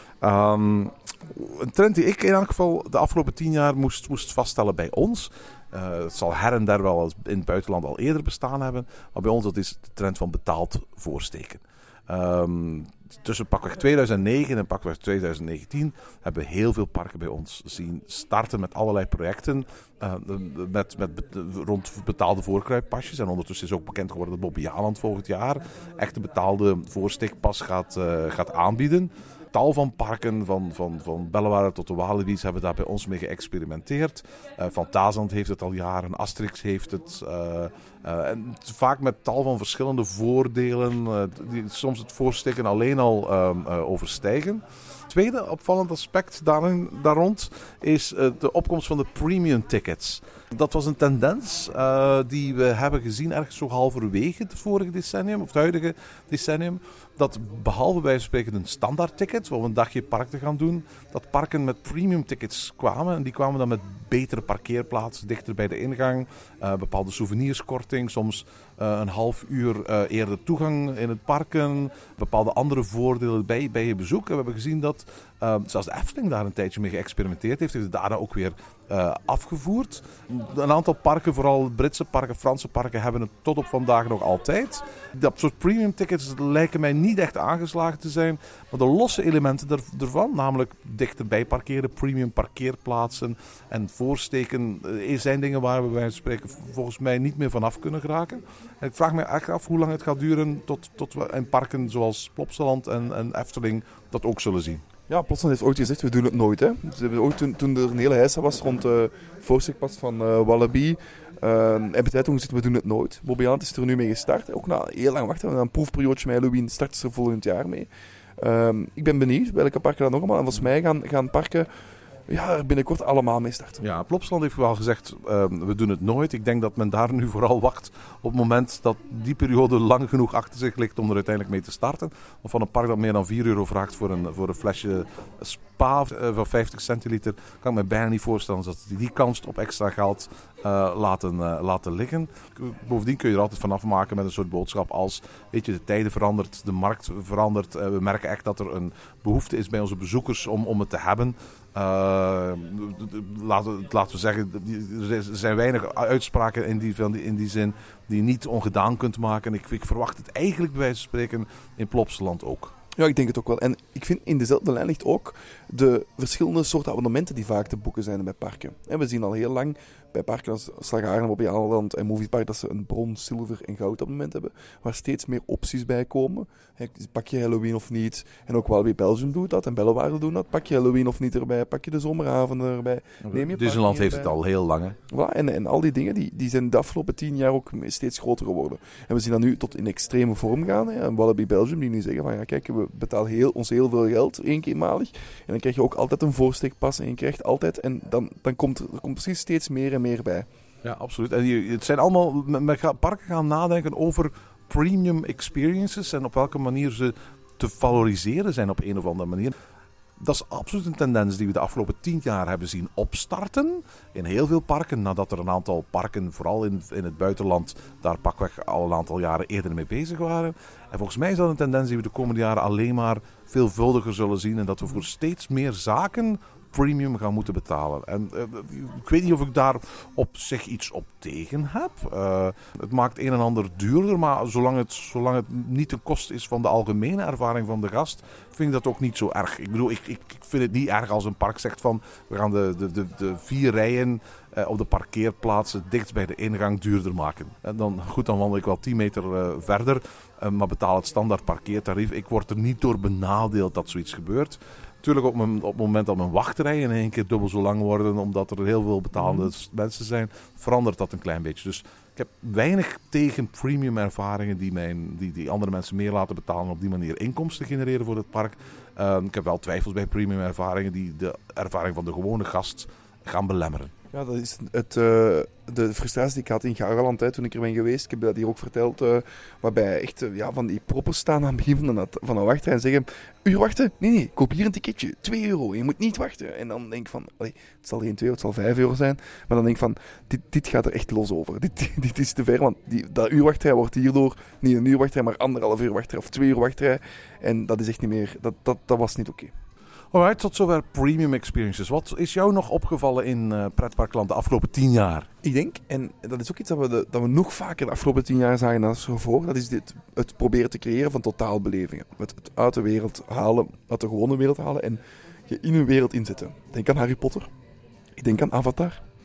Um, een trend die ik in elk geval de afgelopen tien jaar moest, moest vaststellen bij ons. Uh, het zal her en der wel in het buitenland al eerder bestaan hebben. Maar bij ons dat is de trend van betaald voorsteken. Um, tussen pakweg tweeduizend negen en pakweg tweeduizend negentien hebben we heel veel parken bij ons zien starten met allerlei projecten. Uh, met, met rond betaalde voorkruippasjes. En ondertussen is ook bekend geworden dat Bobby Aland volgend jaar echt een betaalde voorsteekpas gaat, uh, gaat aanbieden. Tal van parken, van, van, van Bellewaarde tot de Walibi's, hebben daar bij ons mee geëxperimenteerd. Uh, Fantasieland heeft het al jaren, Asterix heeft het. Uh, uh, en vaak met tal van verschillende voordelen, uh, die soms het voorsteken alleen al uh, uh, overstijgen. tweede opvallend aspect daarin, daar rond is uh, de opkomst van de premium tickets. Dat was een tendens uh, die we hebben gezien ergens zo halverwege het vorige decennium, of het huidige decennium. Dat behalve bij spreken een standaard ticket, om een dagje park te gaan doen, dat parken met premium tickets kwamen. En die kwamen dan met betere parkeerplaatsen, dichter bij de ingang, uh, bepaalde souvenirskorting, soms uh, een half uur uh, eerder toegang in het parken, bepaalde andere voordelen bij, bij je bezoek. En we hebben gezien dat uh, zelfs de Efteling daar een tijdje mee geëxperimenteerd heeft, heeft het daarna ook weer uh, afgevoerd. Een aantal parken, vooral Britse parken, Franse parken, hebben het tot op vandaag nog altijd. Dat soort premium tickets lijken mij niet echt aangeslagen te zijn. Maar de losse elementen er, ervan, namelijk dichterbij parkeren, premium parkeerplaatsen en voorsteken, uh, zijn dingen waar we bij wijze van spreken volgens mij niet meer vanaf kunnen geraken. En ik vraag me echt af hoe lang het gaat duren tot, tot we in parken zoals Plopsaland en, en Efteling dat ook zullen zien. Ja, Plopsaland heeft ooit gezegd, we doen het nooit. Hè. Ze hebben ooit, toen, toen er een hele heisa was rond het uh, voorstekpas van uh, Walibi, uh, hebben zij toen gezegd, we doen het nooit. Bobbejaanland is er nu mee gestart. Ook na heel lang wachten, na een proefperiode met Halloween starten ze er volgend jaar mee. Um, ik ben benieuwd welke parken dat nog allemaal. En volgens mij gaan, gaan parken ja, er binnenkort allemaal mee starten. Ja, Plopsaland heeft wel gezegd, uh, we doen het nooit. Ik denk dat men daar nu vooral wacht op het moment dat die periode lang genoeg achter zich ligt om er uiteindelijk mee te starten. Of van een park dat meer dan vier euro vraagt voor een, voor een flesje spa uh, van vijftig centiliter, kan ik me bijna niet voorstellen dat die die kans op extra geld uh, laten, uh, laten liggen. Bovendien kun je er altijd vanaf maken met een soort boodschap als, weet je, de tijden verandert, de markt verandert. Uh, we merken echt dat er een behoefte is bij onze bezoekers om, om het te hebben. Uh, laten, laten we zeggen, er zijn weinig uitspraken in die, in die zin die je niet ongedaan kunt maken. Ik, ik verwacht het eigenlijk bij wijze van spreken in Plopsaland ook. Ja, ik denk het ook wel. En ik vind in dezelfde lijn ligt ook de verschillende soorten abonnementen die vaak te boeken zijn bij parken. En we zien al heel lang bij parken als Slagharen, Bobbejaanland en Moviepark dat ze een brons, zilver en goud abonnement hebben, waar steeds meer opties bij komen. He, pak je Halloween of niet? En ook Walibi Belgium doet dat en Bellewaarde doen dat. Pak je Halloween of niet erbij? Pak je de zomeravonden erbij? Neem je Disneyland heeft het al heel lang. Hè? Voilà, en, en al die dingen die, die zijn de afgelopen tien jaar ook steeds groter geworden. En we zien dat nu tot in extreme vorm gaan. Hè? En Walibi Belgium die nu zeggen van ja kijk, we betalen heel, ons heel veel geld, één keer eenmalig. En dan krijg je ook altijd een voorsteekpas en je krijgt altijd, en dan, dan komt er komt precies steeds meer en meer bij. Ja, absoluut. En je, het zijn allemaal, met parken gaan nadenken over premium experiences en op welke manier ze te valoriseren zijn op een of andere manier. Dat is absoluut een tendens die we de afgelopen tien jaar hebben zien opstarten. In heel veel parken, nadat er een aantal parken, vooral in, in het buitenland, daar pakweg al een aantal jaren eerder mee bezig waren. En volgens mij is dat een tendens die we de komende jaren alleen maar veelvuldiger zullen zien. En dat we voor steeds meer zaken premium gaan moeten betalen. En uh, ik weet niet of ik daar op zich iets op tegen heb. Uh, het maakt een en ander duurder, maar zolang het, zolang het niet ten koste is van de algemene ervaring van de gast, vind ik dat ook niet zo erg. Ik bedoel, ik, ik, ik vind het niet erg als een park zegt van, we gaan de, de, de, de vier rijen uh, op de parkeerplaatsen dichtst bij de ingang duurder maken. En dan, goed, dan wandel ik wel tien meter uh, verder, uh, maar betaal het standaard parkeertarief. Ik word er niet door benadeeld dat zoiets gebeurt. Natuurlijk op, mijn, op het moment dat mijn wachtrijen in één keer dubbel zo lang worden, omdat er heel veel betalende mm. mensen zijn, verandert dat een klein beetje. Dus ik heb weinig tegen premium ervaringen die, mijn, die, die andere mensen meer laten betalen en op die manier inkomsten genereren voor het park. Uh, ik heb wel twijfels bij premium ervaringen die de ervaring van de gewone gast gaan belemmeren. Ja, dat is het, uh, de frustratie die ik had in Gargaland hè, toen ik er ben geweest. Ik heb dat hier ook verteld. Uh, waarbij echt uh, ja, van die proppers staan aan het begin van een, van een wachtrij en zeggen: uur wachten? Nee, nee, koop hier een ticketje. twee euro. Je moet niet wachten. En dan denk ik van: allee, het zal geen twee euro, het zal vijf euro zijn. Maar dan denk ik van: dit, dit gaat er echt los over. Dit, dit is te ver. Want die, dat uurwachtrij wordt hierdoor niet een uur wachtrij, maar anderhalf uur wachtrij of twee uur wachtrij. En dat is echt niet meer. Dat, dat, dat was niet oké. Okay. Alright, tot zover premium experiences. Wat is jou nog opgevallen in uh, pretparkland de afgelopen tien jaar? Ik denk, en dat is ook iets dat we, de, dat we nog vaker de afgelopen tien jaar zagen dan ervoor, dat is dit, het proberen te creëren van totaalbelevingen. Het, het uit de wereld halen, uit de gewone wereld halen en je in een wereld inzetten. Denk aan Harry Potter. Ik denk aan Avatar.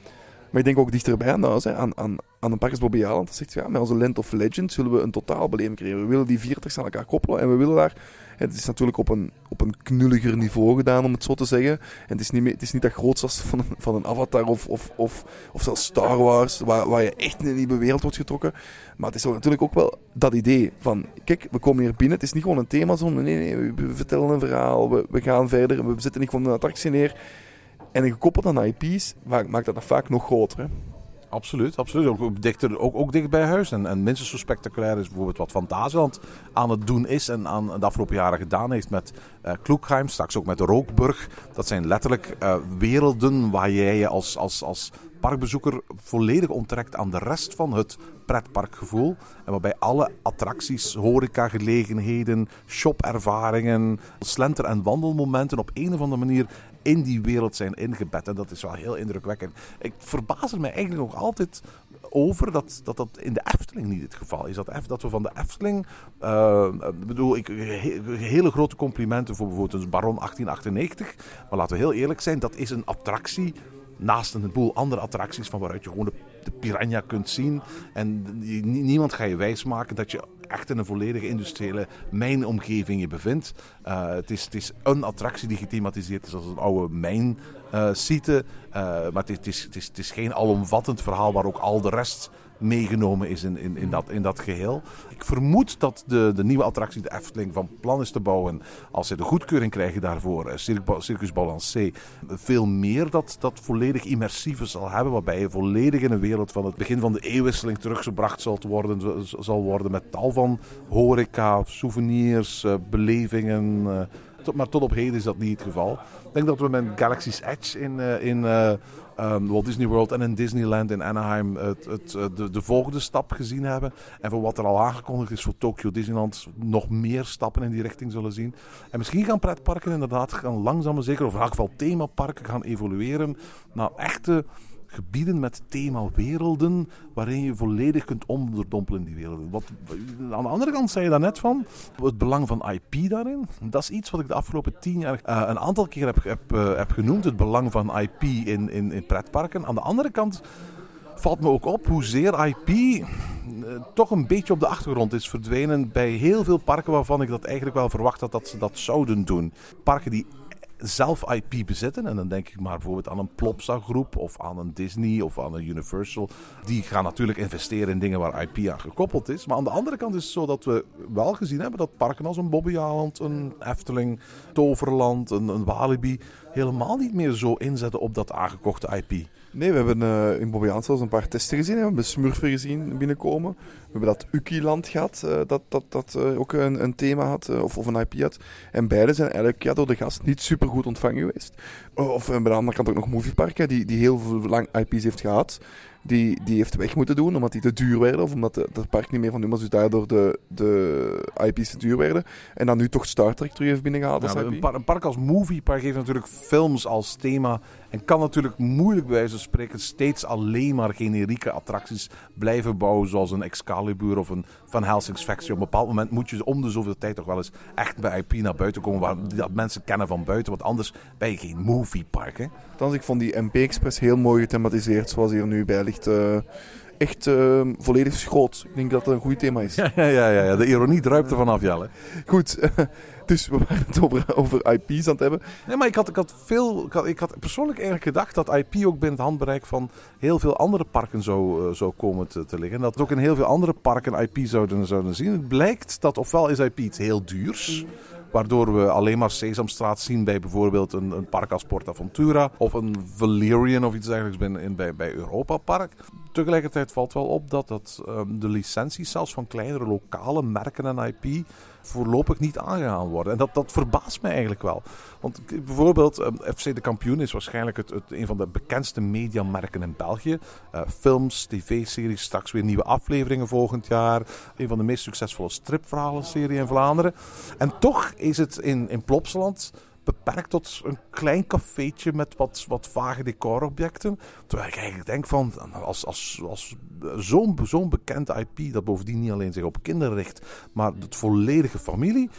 Maar ik denk ook dichterbij aan huis, hè, aan, aan, aan een park als Bobby Aland. Dat zegt, ja, met onze Land of Legends willen we een totaalbeleving creëren. We willen die veertig aan elkaar koppelen en we willen daar... Het is natuurlijk op een, op een knulliger niveau gedaan, om het zo te zeggen. En het is niet, meer, het is niet dat groot als van een, van een Avatar of, of, of, of zelfs Star Wars, waar, waar je echt in een nieuwe wereld wordt getrokken. Maar het is ook natuurlijk ook wel dat idee van, kijk, we komen hier binnen. Het is niet gewoon een themazone. Nee, nee, we vertellen een verhaal, we, we gaan verder. We zetten niet gewoon een attractie neer. En gekoppeld aan I P's maakt dat, dat vaak nog groter, hè? Absoluut, absoluut. Ook, dichter, ook, ook dicht bij huis. En, en minstens zo spectaculair is bijvoorbeeld wat Fantasieland aan het doen is en aan de afgelopen jaren gedaan heeft met uh, Kloekheim, straks ook met de Rookburg. Dat zijn letterlijk uh, werelden waar jij je als, als, als parkbezoeker volledig onttrekt aan de rest van het pretparkgevoel. En waarbij alle attracties, horecagelegenheden, shopervaringen, slenter- en wandelmomenten op een of andere manier in die wereld zijn ingebed. En dat is wel heel indrukwekkend. Ik verbaas er mij eigenlijk nog altijd over dat, dat dat in de Efteling niet het geval is. Dat, dat we van de Efteling... Uh, bedoel, ik, he, hele grote complimenten voor bijvoorbeeld een Baron achttien achtennegentig. Maar laten we heel eerlijk zijn, dat is een attractie naast een boel andere attracties van waaruit je gewoon de, de piranha kunt zien. En die, niemand gaat je wijsmaken dat je echt in een volledige industriële mijnomgeving je bevindt. Uh, het, is, het is een attractie die gethematiseerd is als een oude mijnsite. Uh, maar het is, het, is, het, is, het is geen alomvattend verhaal waar ook al de rest meegenomen is in, in, in, dat, in dat geheel. Ik vermoed dat de, de nieuwe attractie, de Efteling, van plan is te bouwen, als ze de goedkeuring krijgen daarvoor, Circus Balancé, veel meer dat, dat volledig immersieve zal hebben, waarbij je volledig in een wereld van het begin van de eeuwwisseling teruggebracht zal worden, zal worden met tal van horeca, souvenirs, belevingen. Maar tot op heden is dat niet het geval. Ik denk dat we met Galaxy's Edge in, in uh, um, Walt Disney World en in Disneyland in Anaheim het, het, de, de volgende stap gezien hebben. En voor wat er al aangekondigd is voor Tokyo Disneyland nog meer stappen in die richting zullen zien. En misschien gaan pretparken inderdaad gaan langzaam en zeker, of in elk geval themaparken gaan evolueren naar echte gebieden met themawerelden waarin je volledig kunt onderdompelen in die werelden. Wat, aan de andere kant zei je daar net van, het belang van I P daarin. Dat is iets wat ik de afgelopen tien jaar uh, een aantal keer heb, heb, uh, heb genoemd, het belang van I P in, in, in pretparken. Aan de andere kant valt me ook op hoezeer I P uh, toch een beetje op de achtergrond is verdwenen bij heel veel parken waarvan ik dat eigenlijk wel verwacht had dat ze dat zouden doen. Parken die zelf I P bezitten, en dan denk ik maar bijvoorbeeld aan een Plopsa-groep of aan een Disney of aan een Universal. Die gaan natuurlijk investeren in dingen waar I P aan gekoppeld is. Maar aan de andere kant is het zo dat we wel gezien hebben dat parken als een Bobby Aland, een Efteling, Toverland, een, een Walibi helemaal niet meer zo inzetten op dat aangekochte I P. Nee, we hebben uh, in Bobby Aland zelfs een paar testen gezien. We hebben Smurfen gezien binnenkomen. We hebben dat Ukiland gehad, uh, dat, dat, dat uh, ook een, een thema had, uh, of, of een I P had. En beide zijn eigenlijk ja, door de gast niet super goed ontvangen geweest. Of uh, aan de andere kant ook nog Moviepark, hè, die, die heel veel lang I P's heeft gehad. Die, die heeft weg moeten doen, omdat die te duur werden. Of omdat het park niet meer van doen was, dus daardoor de, de I P's te duur werden. En dan nu toch Star Trek terug heeft binnengehaald als ja, I P. Een, par- een park als Moviepark heeft natuurlijk films als thema. En kan natuurlijk moeilijk bij wijze van spreken steeds alleen maar generieke attracties blijven bouwen. Zoals een Excalibur of een Van Helsing's Factory. Op een bepaald moment moet je om de zoveel tijd toch wel eens echt bij I P naar buiten komen. Waar dat mensen kennen van buiten. Want anders ben je geen Moviepark. Hè? Althans, ik vond die M P Express heel mooi gethematiseerd, zoals hier nu bij ligt. Uh, echt uh, volledig schoot. Ik denk dat dat een goed thema is. Ja, ja, ja, ja. De ironie druipt er vanaf, Jelle. Goed, dus we waren het over, over I P's aan het hebben. Nee, maar ik had, ik had veel... Ik had, ik had persoonlijk eigenlijk gedacht dat I P ook binnen het handbereik van heel veel andere parken zou, uh, zou komen te, te liggen. En dat ook in heel veel andere parken I P zouden, zouden zien. Het blijkt dat ofwel is I P iets heel duurs, waardoor we alleen maar Sesamstraat zien bij bijvoorbeeld een, een park als PortAventura of een Valerian of iets dergelijks bij, in, bij, bij Europa Park. Tegelijkertijd valt wel op dat, dat um, de licenties zelfs van kleinere lokale merken en I P voorlopig niet aangegaan worden. En dat, dat verbaast mij eigenlijk wel. Want bijvoorbeeld um, F C De Kampioen is waarschijnlijk het, het, een van de bekendste mediamerken in België. Uh, films, tv-series, straks weer nieuwe afleveringen volgend jaar. Een van de meest succesvolle stripverhalenserie in Vlaanderen. En toch is het in, in Plopsaland beperkt tot een klein cafeetje met wat, wat vage decorobjecten. Terwijl ik eigenlijk denk van, als, als, als zo'n, zo'n bekend I P, dat bovendien niet alleen zich op kinderen richt, maar het volledige familie,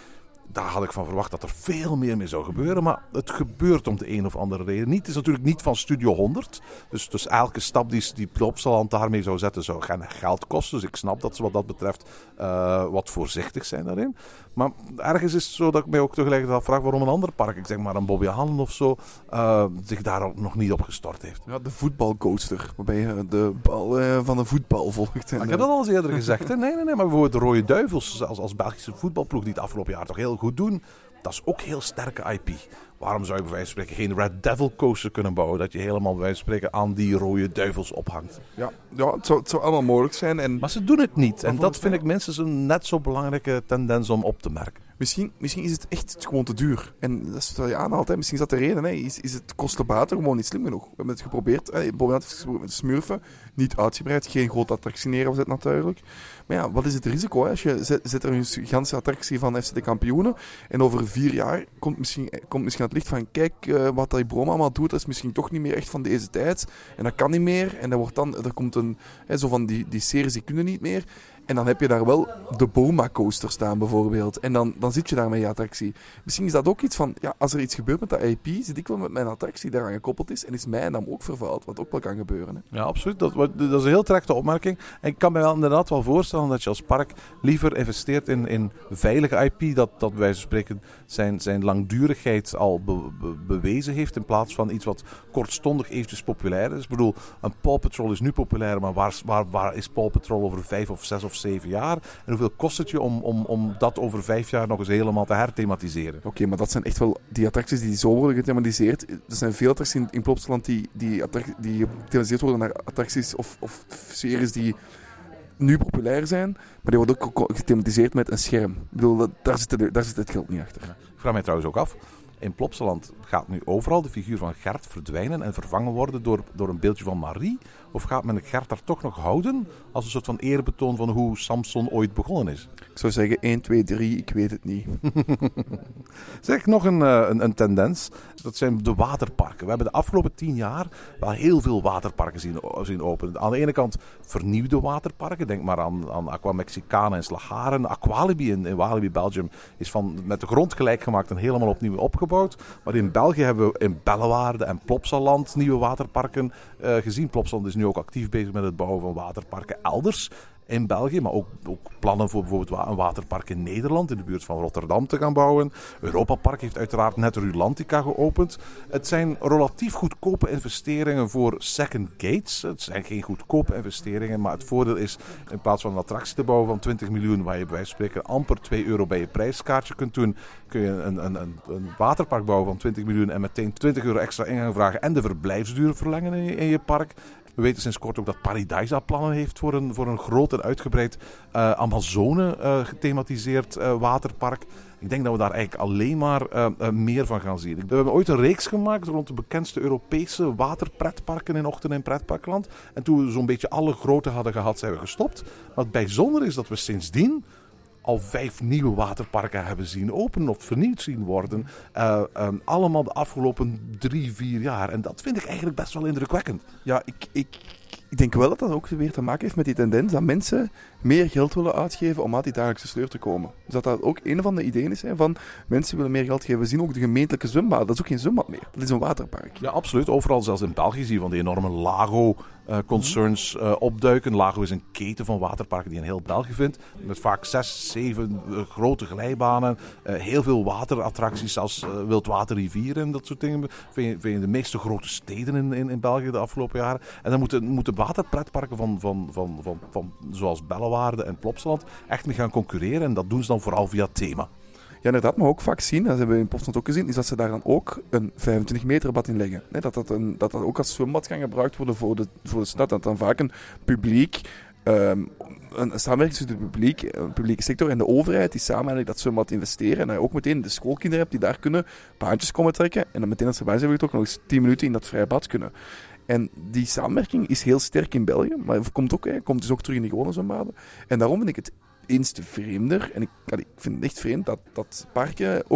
daar had ik van verwacht dat er veel meer mee zou gebeuren. Maar het gebeurt om de een of andere reden niet. Het is natuurlijk niet van Studio honderd. Dus, dus elke stap die, die Plopsaland daarmee zou zetten zou geen geld kosten. Dus ik snap dat ze wat dat betreft uh, wat voorzichtig zijn daarin. Maar ergens is het zo dat ik mij ook tegelijkertijd afvraag waarom een ander park, ik zeg maar een Bobbejaanland of zo, uh, zich daar ook nog niet op gestort heeft. Ja, de voetbalcoaster, waarbij je de bal uh, van een voetbal volgt. En, ik heb dat al eens eerder gezegd. Hè? Nee, nee, nee, maar bijvoorbeeld de Rode Duivels als, als Belgische voetbalploeg die het afgelopen jaar toch heel goed doen, dat is ook heel sterke I P. Waarom zou je bij wijze van spreken geen Red Devil coaster kunnen bouwen, dat je helemaal bij wijze van spreken aan die Rode Duivels ophangt? Ja, ja het, zou, het zou allemaal mogelijk zijn. En... Maar ze doen het niet. En dat vind ik minstens een net zo belangrijke tendens om op te merken. Misschien, misschien is het echt gewoon te duur. En dat stel je aan altijd. Misschien is dat de reden. Hè. Is, is het kostenbaten gewoon niet slim genoeg? We hebben het geprobeerd. Eh, Bovenaan het geprobeerd met de Smurfen. Niet uitgebreid. Geen grote attractie neergezet natuurlijk. Maar ja, wat is het risico? Hè? Als je zet, zet er een gigantische attractie van F C de Kampioenen. En over vier jaar komt misschien, komt misschien het licht van... Kijk, uh, wat die Brom allemaal doet, dat is misschien toch niet meer echt van deze tijd. En dat kan niet meer. En dan wordt dan, er komt een... Hè, zo van die, die series die kunnen niet meer. En dan heb je daar wel de Boma coaster staan bijvoorbeeld. En dan, dan zit je daar met je attractie. Misschien is dat ook iets van, ja, als er iets gebeurt met dat I P, zit ik wel met mijn attractie die daaraan gekoppeld is. En is mijn naam ook vervuild, wat ook wel kan gebeuren. Hè. Ja, absoluut. Dat, dat is een heel terechte opmerking. En ik kan me wel inderdaad wel voorstellen dat je als park liever investeert in, in veilige I P, dat, dat bij wijze van spreken zijn, zijn langdurigheid al be, be, bewezen heeft, in plaats van iets wat kortstondig eventjes populair is. Ik bedoel, een Paw Patrol is nu populair, maar waar, waar, waar is Paw Patrol over vijf of zes of zeven jaar? En hoeveel kost het je om, om, om dat over vijf jaar nog eens helemaal te herthematiseren? Oké, okay, maar dat zijn echt wel die attracties die zo worden gethematiseerd. Er zijn veel attracties in, in Plopsaland die, die, die gethematiseerd worden naar attracties of, of series die nu populair zijn, maar die worden ook gethematiseerd met een scherm. Ik bedoel, dat, daar, zit de, daar zit het geld niet achter. Ja. Ik vraag mij trouwens ook af. In Plopsaland gaat nu overal de figuur van Gert verdwijnen en vervangen worden door, door een beeldje van Marie? Of gaat men Gert daar toch nog houden als een soort van eerbetoon van hoe Samson ooit begonnen is? Ik zou zeggen één, twee, drie, ik weet het niet. Zeg, nog een, een, een tendens. Dat zijn de waterparken. We hebben de afgelopen tien jaar wel heel veel waterparken zien, zien openen. Aan de ene kant vernieuwde waterparken. Denk maar aan, aan Aqua Mexicana in Slagharen. Aqualibi in, in Walibi, Belgium, is van, met de grond gelijk gemaakt en helemaal opnieuw opgebouwd. Maar in België hebben we in Bellewaarde en Plopsaland nieuwe waterparken uh, gezien. Plopsaland is nu ook actief bezig met het bouwen van waterparken elders in België, maar ook, ook plannen voor bijvoorbeeld een waterpark in Nederland, in de buurt van Rotterdam te gaan bouwen. Europa Park heeft uiteraard net Rulantica geopend. Het zijn relatief goedkope investeringen voor second gates. Het zijn geen goedkope investeringen, maar het voordeel is, in plaats van een attractie te bouwen van twintig miljoen, waar je bij wijze van spreken amper twee euro bij je prijskaartje kunt doen, kun je een, een, een, een waterpark bouwen van twintig miljoen en meteen twintig euro extra ingang vragen en de verblijfsduur verlengen in je, in je park. We weten sinds kort ook dat Paradisa plannen heeft voor een, voor een groot en uitgebreid uh, Amazone uh, gethematiseerd uh, waterpark. Ik denk dat we daar eigenlijk alleen maar uh, uh, meer van gaan zien. We hebben ooit een reeks gemaakt rond de bekendste Europese waterpretparken in Ochten in Pretparkland. En toen we zo'n beetje alle grote hadden gehad, zijn we gestopt. Wat bijzonder is dat we sindsdien al vijf nieuwe waterparken hebben zien openen of vernieuwd zien worden. Uh, um, allemaal de afgelopen drie, vier jaar. En dat vind ik eigenlijk best wel indrukwekkend. Ja, ik, ik, ik denk wel dat dat ook weer te maken heeft met die tendens dat mensen meer geld willen uitgeven om uit die dagelijkse sleur te komen. Dus dat dat ook een van de ideeën is, hè, van mensen willen meer geld geven. We zien ook de gemeentelijke zwembad. Dat is ook geen zwembad meer. Dat is een waterpark. Ja, absoluut. Overal, zelfs in België, zie je van die enorme Lago uh, concerns uh, opduiken. Lago is een keten van waterparken die in heel België vindt. Met vaak zes, zeven uh, grote glijbanen. Uh, heel veel waterattracties, zoals uh, wildwaterrivieren en dat soort dingen. Vind je, vind je de meeste grote steden in, in, in België de afgelopen jaren. En dan moeten, moeten waterpretparken van, van, van, van, van, zoals Bellewaarde en Plopsaland echt mee gaan concurreren. En dat doen ze dan vooral via thema. Ja, inderdaad, maar ook vaak zien, dat hebben we in Plopsaland ook gezien, is dat ze daar dan ook een vijfentwintig meter bad in leggen. Nee, dat, dat, een, dat dat ook als zwembad kan gebruikt worden voor de, voor de stad. Dat dan vaak een publiek, um, een samenwerking tussen de publiek, een publieke sector en de overheid, die samen eigenlijk dat zwembad investeren. En dan ook meteen de schoolkinderen hebt die daar kunnen baantjes komen trekken. En dan meteen als ze bij zijn, ook nog eens tien minuten in dat vrije bad kunnen. En die samenwerking is heel sterk in België, maar komt ook, hè, komt dus ook terug in de gewone zwembaden. En daarom vind ik het eens te vreemder, en ik, ik vind het echt vreemd, dat, dat parken ook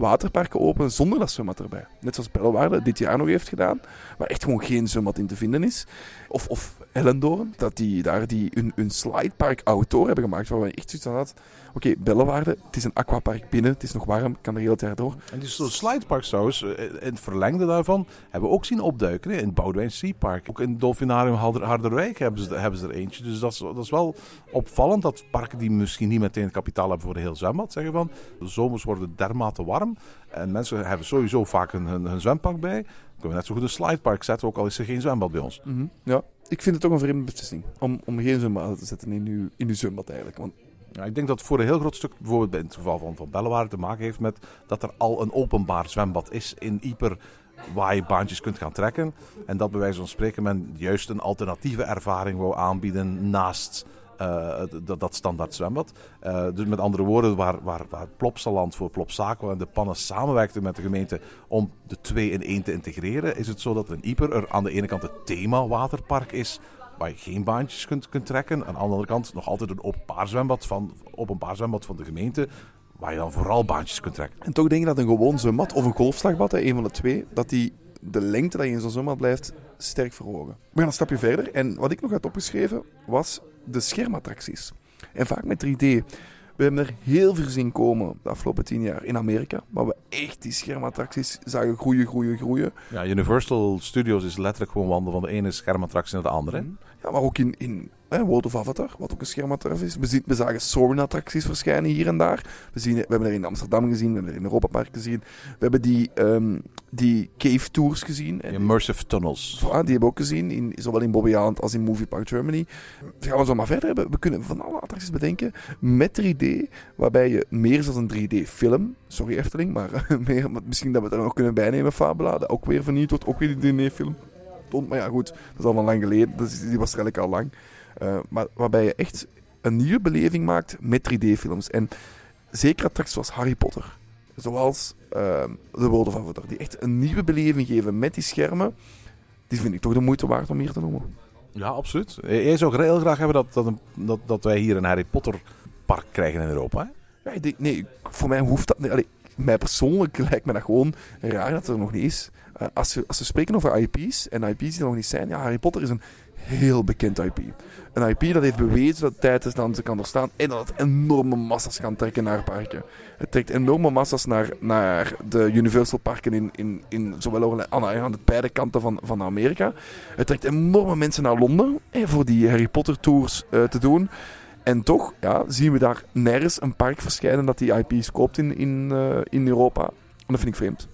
waterparken openen zonder dat zwembad erbij. Net zoals Bellewaarde dit jaar nog heeft gedaan, waar echt gewoon geen zwembad in te vinden is. Of, of Hellendoorn, dat die daar die hun, hun slidepark outdoor hebben gemaakt, waar we echt zoiets aan hadden. Oké, okay, Bellewaarde, het is een aquapark binnen, het is nog warm, kan er heel het jaar door. En die soort slideparks trouwens, in het verlengde daarvan, hebben we ook zien opduiken. Hè? In het Boudewijn Sea Park. Ook in het Dolfinarium Harder, Harderwijk hebben ze, hebben ze er eentje. Dus dat is, dat is wel opvallend dat parken die misschien niet meteen het kapitaal hebben voor een heel zwembad, zeggen van, de zomers worden dermate warm en mensen hebben sowieso vaak hun, hun, hun zwempak bij. Dan kunnen we net zo goed een slidepark zetten, ook al is er geen zwembad bij ons. Mm-hmm. Ja, ik vind het toch een vreemde beslissing om, om geen zwembad te zetten in uw, in uw zwembad eigenlijk. Want ja, ik denk dat het voor een heel groot stuk, bijvoorbeeld in het geval van, van Bellewaarde, te maken heeft met dat er al een openbaar zwembad is in Ieper waar je baantjes kunt gaan trekken. En dat bij wijze van spreken men juist een alternatieve ervaring wou aanbieden naast uh, dat, dat standaard zwembad. Uh, dus met andere woorden, waar, waar, waar Plopsaland voor Plopsaco en de Pannen samenwerkten met de gemeente om de twee in één te integreren, is het zo dat in Ieper er aan de ene kant het thema waterpark is, waar je geen baantjes kunt, kunt trekken. Aan de andere kant nog altijd een openbaar zwembad van, openbaar zwembad van de gemeente, waar je dan vooral baantjes kunt trekken. En toch denk ik dat een gewoon zwembad of een golfslagbad, een van de twee, dat die de lengte dat je in zo'n zwembad blijft sterk verhogen. We gaan een stapje verder. En wat ik nog had opgeschreven was de schermattracties. En vaak met drie D. We hebben er heel veel zien komen de afgelopen tien jaar in Amerika, waar we echt die schermattracties zagen groeien, groeien, groeien. Ja, Universal Studios is letterlijk gewoon wandelen van de ene schermattractie naar de andere. Ja, maar ook in, in eh, World of Avatar, wat ook een schermattractie is. We, zien, we zagen Soarin-attracties verschijnen hier en daar. We, zien, we hebben er in Amsterdam gezien, we hebben er in Europa Park gezien. We hebben die, um, die cave tours gezien. Die immersive tunnels. Voilà, die hebben we ook gezien, in, zowel in Bobby Island als in Movie Park Germany. We gaan we zo maar verder hebben. We kunnen van alle attracties bedenken met drie D, waarbij je meer dan een drie D-film, sorry Efteling, maar meer, misschien dat we het er nog kunnen bijnemen, Fabula, dat ook weer vernieuwd wordt, ook weer een drie D-film. Maar ja, goed, dat is al lang geleden, dat is, die was waarschijnlijk al lang. Uh, maar waarbij je echt een nieuwe beleving maakt met drie D-films. En zeker attracties zoals Harry Potter, zoals uh, The World of Avatar, die echt een nieuwe beleving geven met die schermen, die vind ik toch de moeite waard om hier te noemen. Ja, absoluut. Jij zou heel graag hebben dat, dat, een, dat, dat wij hier een Harry Potter park krijgen in Europa, hè? Ja, ik denk, nee, voor mij hoeft dat niet. Allee, mij persoonlijk lijkt me dat gewoon raar dat het er nog niet is. Uh, als, we, als we spreken over I P's, en I P's die er nog niet zijn, ja, Harry Potter is een heel bekend I P. Een I P dat heeft bewezen dat het tijd is dat ze kan doorstaan en dat het enorme massa's kan trekken naar parken. Het trekt enorme massa's naar, naar de Universal parken in, in, in zowel aan, aan de beide kanten van, van Amerika. Het trekt enorme mensen naar Londen eh, voor die Harry Potter tours uh, te doen. En toch ja, zien we daar nergens een park verschijnen dat die I P's koopt in, in, uh, in Europa. En dat vind ik vreemd.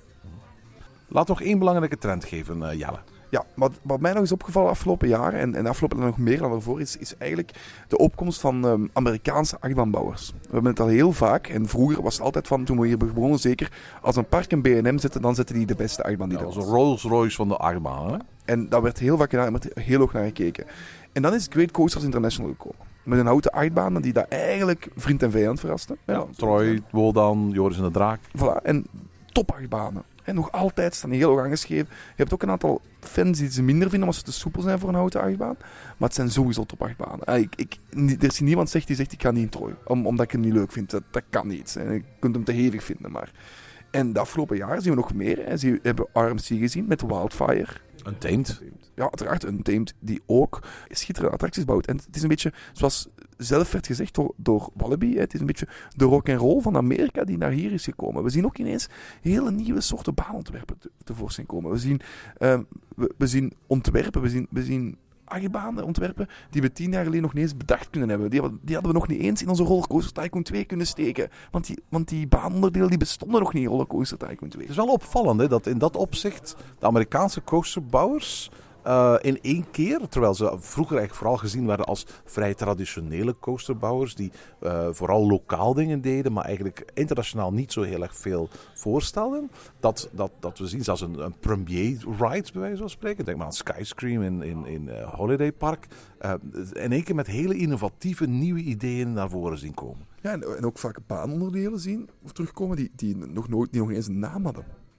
Laat nog één belangrijke trend geven, uh, Jelle. Ja, wat, wat mij nog is opgevallen afgelopen jaren, en, en afgelopen nog meer dan ervoor, is, is eigenlijk de opkomst van um, Amerikaanse achtbaanbouwers. We hebben het al heel vaak, en vroeger was het altijd van, toen we hier begonnen zeker, als een park een B en M zette, dan zetten die de beste achtbaan die ja, er was. was. Een Rolls Royce van de achtbaan, hè? En dat werd heel vaak gedaan, en werd heel hoog naar gekeken. En dan is Great Coasters International gekomen. Met een houten achtbaan die daar eigenlijk vriend en vijand verraste. Ja, Ja, Troy, Wodan, Joris en de Draak. Voilà, en top achtbanen. En nog altijd staan die heel hoog aangeschreven. Je hebt ook een aantal fans die ze minder vinden omdat ze te soepel zijn voor een houten achtbaan. Maar het zijn sowieso top achtbanen. Ah, ik, ik, er is niemand zegt die zegt ik ga niet in Troy. Om, omdat ik hem niet leuk vind. Dat, dat kan niet. En je kunt hem te hevig vinden. Maar. En de afgelopen jaren zien we nog meer. Hè. We hebben R M C gezien met Wildfire. Untamed. Ja, uiteraard. Untamed die ook schitterende attracties bouwt. En het is een beetje, zoals zelf werd gezegd door, door Wallaby, hè, het is een beetje de rock'n'roll van Amerika die naar hier is gekomen. We zien ook ineens hele nieuwe soorten baanontwerpen te, tevoorschijn komen. We zien, uh, we, we zien ontwerpen, we zien, we zien achtbanen ontwerpen die we tien jaar geleden nog niet eens bedacht kunnen hebben. Die hadden, die hadden we nog niet eens in onze Rollercoaster Tycoon twee kunnen steken. Want die, want die baanonderdelen die bestonden nog niet in Rollercoaster Tycoon twee. Het is wel opvallend hè, dat in dat opzicht de Amerikaanse coasterbouwers uh, in één keer, terwijl ze vroeger eigenlijk vooral gezien werden als vrij traditionele coasterbouwers die uh, vooral lokaal dingen deden, maar eigenlijk internationaal niet zo heel erg veel voorstelden, dat, dat, dat we zien zelfs een, een premier ride bij wijze van spreken. Denk maar aan Skyscream in, in, in uh, Holiday Park. Uh, in één keer met hele innovatieve nieuwe ideeën naar voren zien komen. Ja, en, en ook vaak baanonderdelen zien of terugkomen die, die, nog nooit, die nog eens een naam hadden.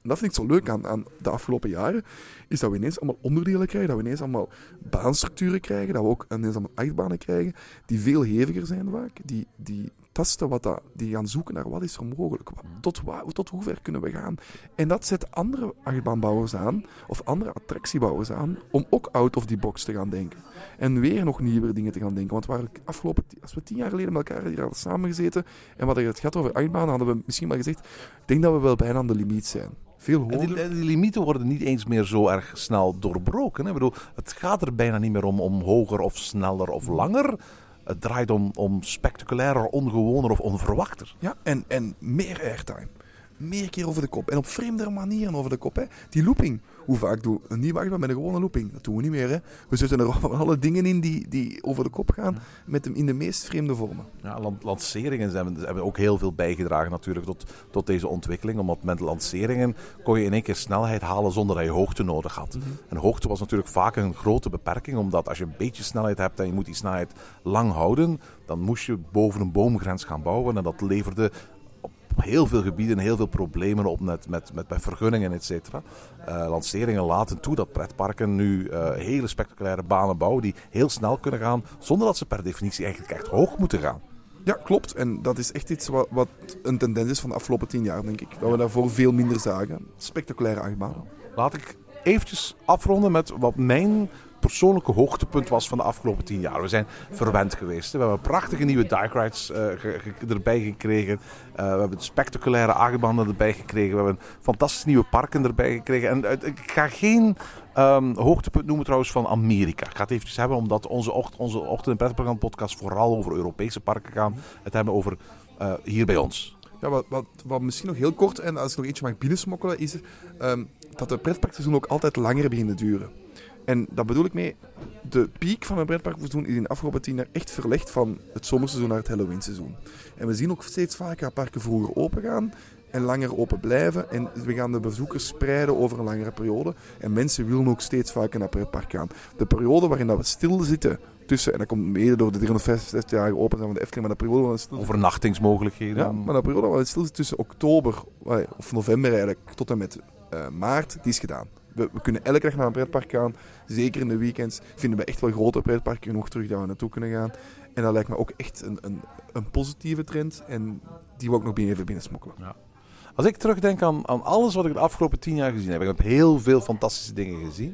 En dat vind ik zo leuk aan, aan de afgelopen jaren, is dat we ineens allemaal onderdelen krijgen, dat we ineens allemaal baanstructuren krijgen, dat we ook ineens allemaal achtbanen krijgen, die veel heviger zijn vaak, die, die tasten wat dat, die gaan zoeken naar wat is er mogelijk, wat, tot, waar, tot hoe ver kunnen we gaan. En dat zet andere achtbaanbouwers aan, of andere attractiebouwers aan, om ook out of the box te gaan denken. En weer nog nieuwe dingen te gaan denken. Want waar ik afgelopen, als we tien jaar geleden met elkaar hier hadden samengezeten en wat het gaat over achtbanen, hadden we misschien wel gezegd, ik denk dat we wel bijna aan de limiet zijn. Veel hoger. En die, die limieten worden niet eens meer zo erg snel doorbroken. Hè? Ik bedoel, het gaat er bijna niet meer om, om hoger of sneller of langer. Het draait om, om spectaculairer, ongewoner of onverwachter. Ja, en, en meer airtime. Meer keer over de kop. En op vreemdere manieren over de kop. Hè. Die looping. Hoe vaak doen we een nieuwe achtbaan met een gewone looping? Dat doen we niet meer. Hè. We zetten er van alle dingen in die, die over de kop gaan. Met hem in de meest vreemde vormen. Ja, lanceringen hebben, hebben ook heel veel bijgedragen natuurlijk tot, tot deze ontwikkeling. Omdat met lanceringen kon je in één keer snelheid halen zonder dat je hoogte nodig had. Mm-hmm. En hoogte was natuurlijk vaak een grote beperking. Omdat als je een beetje snelheid hebt en je moet die snelheid lang houden, dan moest je boven een boomgrens gaan bouwen. En dat leverde heel veel gebieden, heel veel problemen op met, met, met, met vergunningen, et cetera. Uh, lanceringen laten toe dat pretparken nu uh, hele spectaculaire banen bouwen die heel snel kunnen gaan, zonder dat ze per definitie eigenlijk echt hoog moeten gaan. Ja, klopt. En dat is echt iets wat, wat een tendens is van de afgelopen tien jaar, denk ik. Dat we daarvoor veel minder zagen. Spectaculaire achtbanen. Laat ik eventjes afronden met wat mijn persoonlijke hoogtepunt was van de afgelopen tien jaar. We zijn verwend geweest. Hè. We hebben prachtige nieuwe dark rides uh, ge- ge- erbij gekregen. Uh, we hebben spectaculaire achtbanen erbij gekregen. We hebben fantastische nieuwe parken erbij gekregen. En uh, ik ga geen um, hoogtepunt noemen trouwens van Amerika. Ik ga het eventjes hebben, omdat onze, ocht- onze Ochtend- en Pretparkland podcast vooral over Europese parken gaan. Het hebben over uh, hier bij ons. Ja, wat, wat, wat misschien nog heel kort, en als ik nog eentje mag binnensmokkelen, is um, dat de pretparkseizoen ook altijd langer begint te duren. En dat bedoel ik mee, de piek van een pretparkseizoen is in de afgelopen tien jaar echt verlegd van het zomerseizoen naar het Halloweenseizoen. En we zien ook steeds vaker parken vroeger open gaan en langer open blijven. En we gaan de bezoekers spreiden over een langere periode. En mensen willen ook steeds vaker naar pretpark gaan. De periode waarin dat we stil zitten tussen, en dat komt mede door de driehonderdvijfenzestig jaar open zijn van de Efteling, maar de periode waar we stil overnachtingsmogelijkheden. Ja, maar de periode waar we stil zitten tussen oktober, of november eigenlijk, tot en met uh, maart, die is gedaan. We, we kunnen elke dag naar een pretpark gaan. Zeker in de weekends vinden we echt wel grote pretparken genoeg terug dat we naartoe kunnen gaan. En dat lijkt me ook echt een, een, een positieve trend. En die wil ik nog binnen even binnensmokkelen. Ja. Als ik terugdenk aan, aan alles wat ik de afgelopen tien jaar gezien heb. Ik heb heel veel fantastische dingen gezien.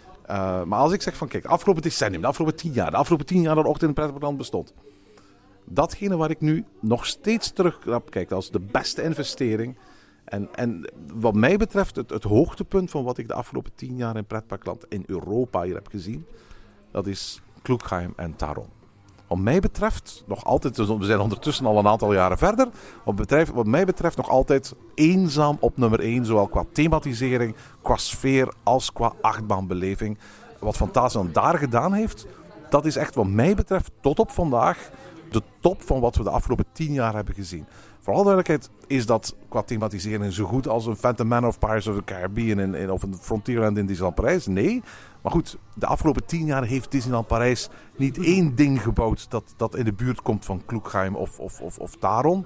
Uh, maar als ik zeg van kijk, de afgelopen decennium, de afgelopen tien jaar, de afgelopen tien jaar dat Ochtend in Pretparkland bestond. Datgene waar ik nu nog steeds terug op kijk als de beste investering. En, en wat mij betreft, het, het hoogtepunt van wat ik de afgelopen tien jaar in Pretparkland in Europa hier heb gezien, dat is Klugheim en Taron. Wat mij betreft, nog altijd, we zijn ondertussen al een aantal jaren verder, wat, betreft, wat mij betreft nog altijd eenzaam op nummer één, zowel qua thematisering, qua sfeer, als qua achtbaanbeleving. Wat Fantasyland daar gedaan heeft, dat is echt wat mij betreft tot op vandaag de top van wat we de afgelopen tien jaar hebben gezien. Voor alle duidelijkheid is dat qua thematisering zo goed als een Phantom Manor of Pirates of the Caribbean in, in, of een Frontierland in Disneyland Parijs? Nee. Maar goed, de afgelopen tien jaar heeft Disneyland Parijs niet één ding gebouwd dat, dat in de buurt komt van Klugheim of, of, of, of Taron.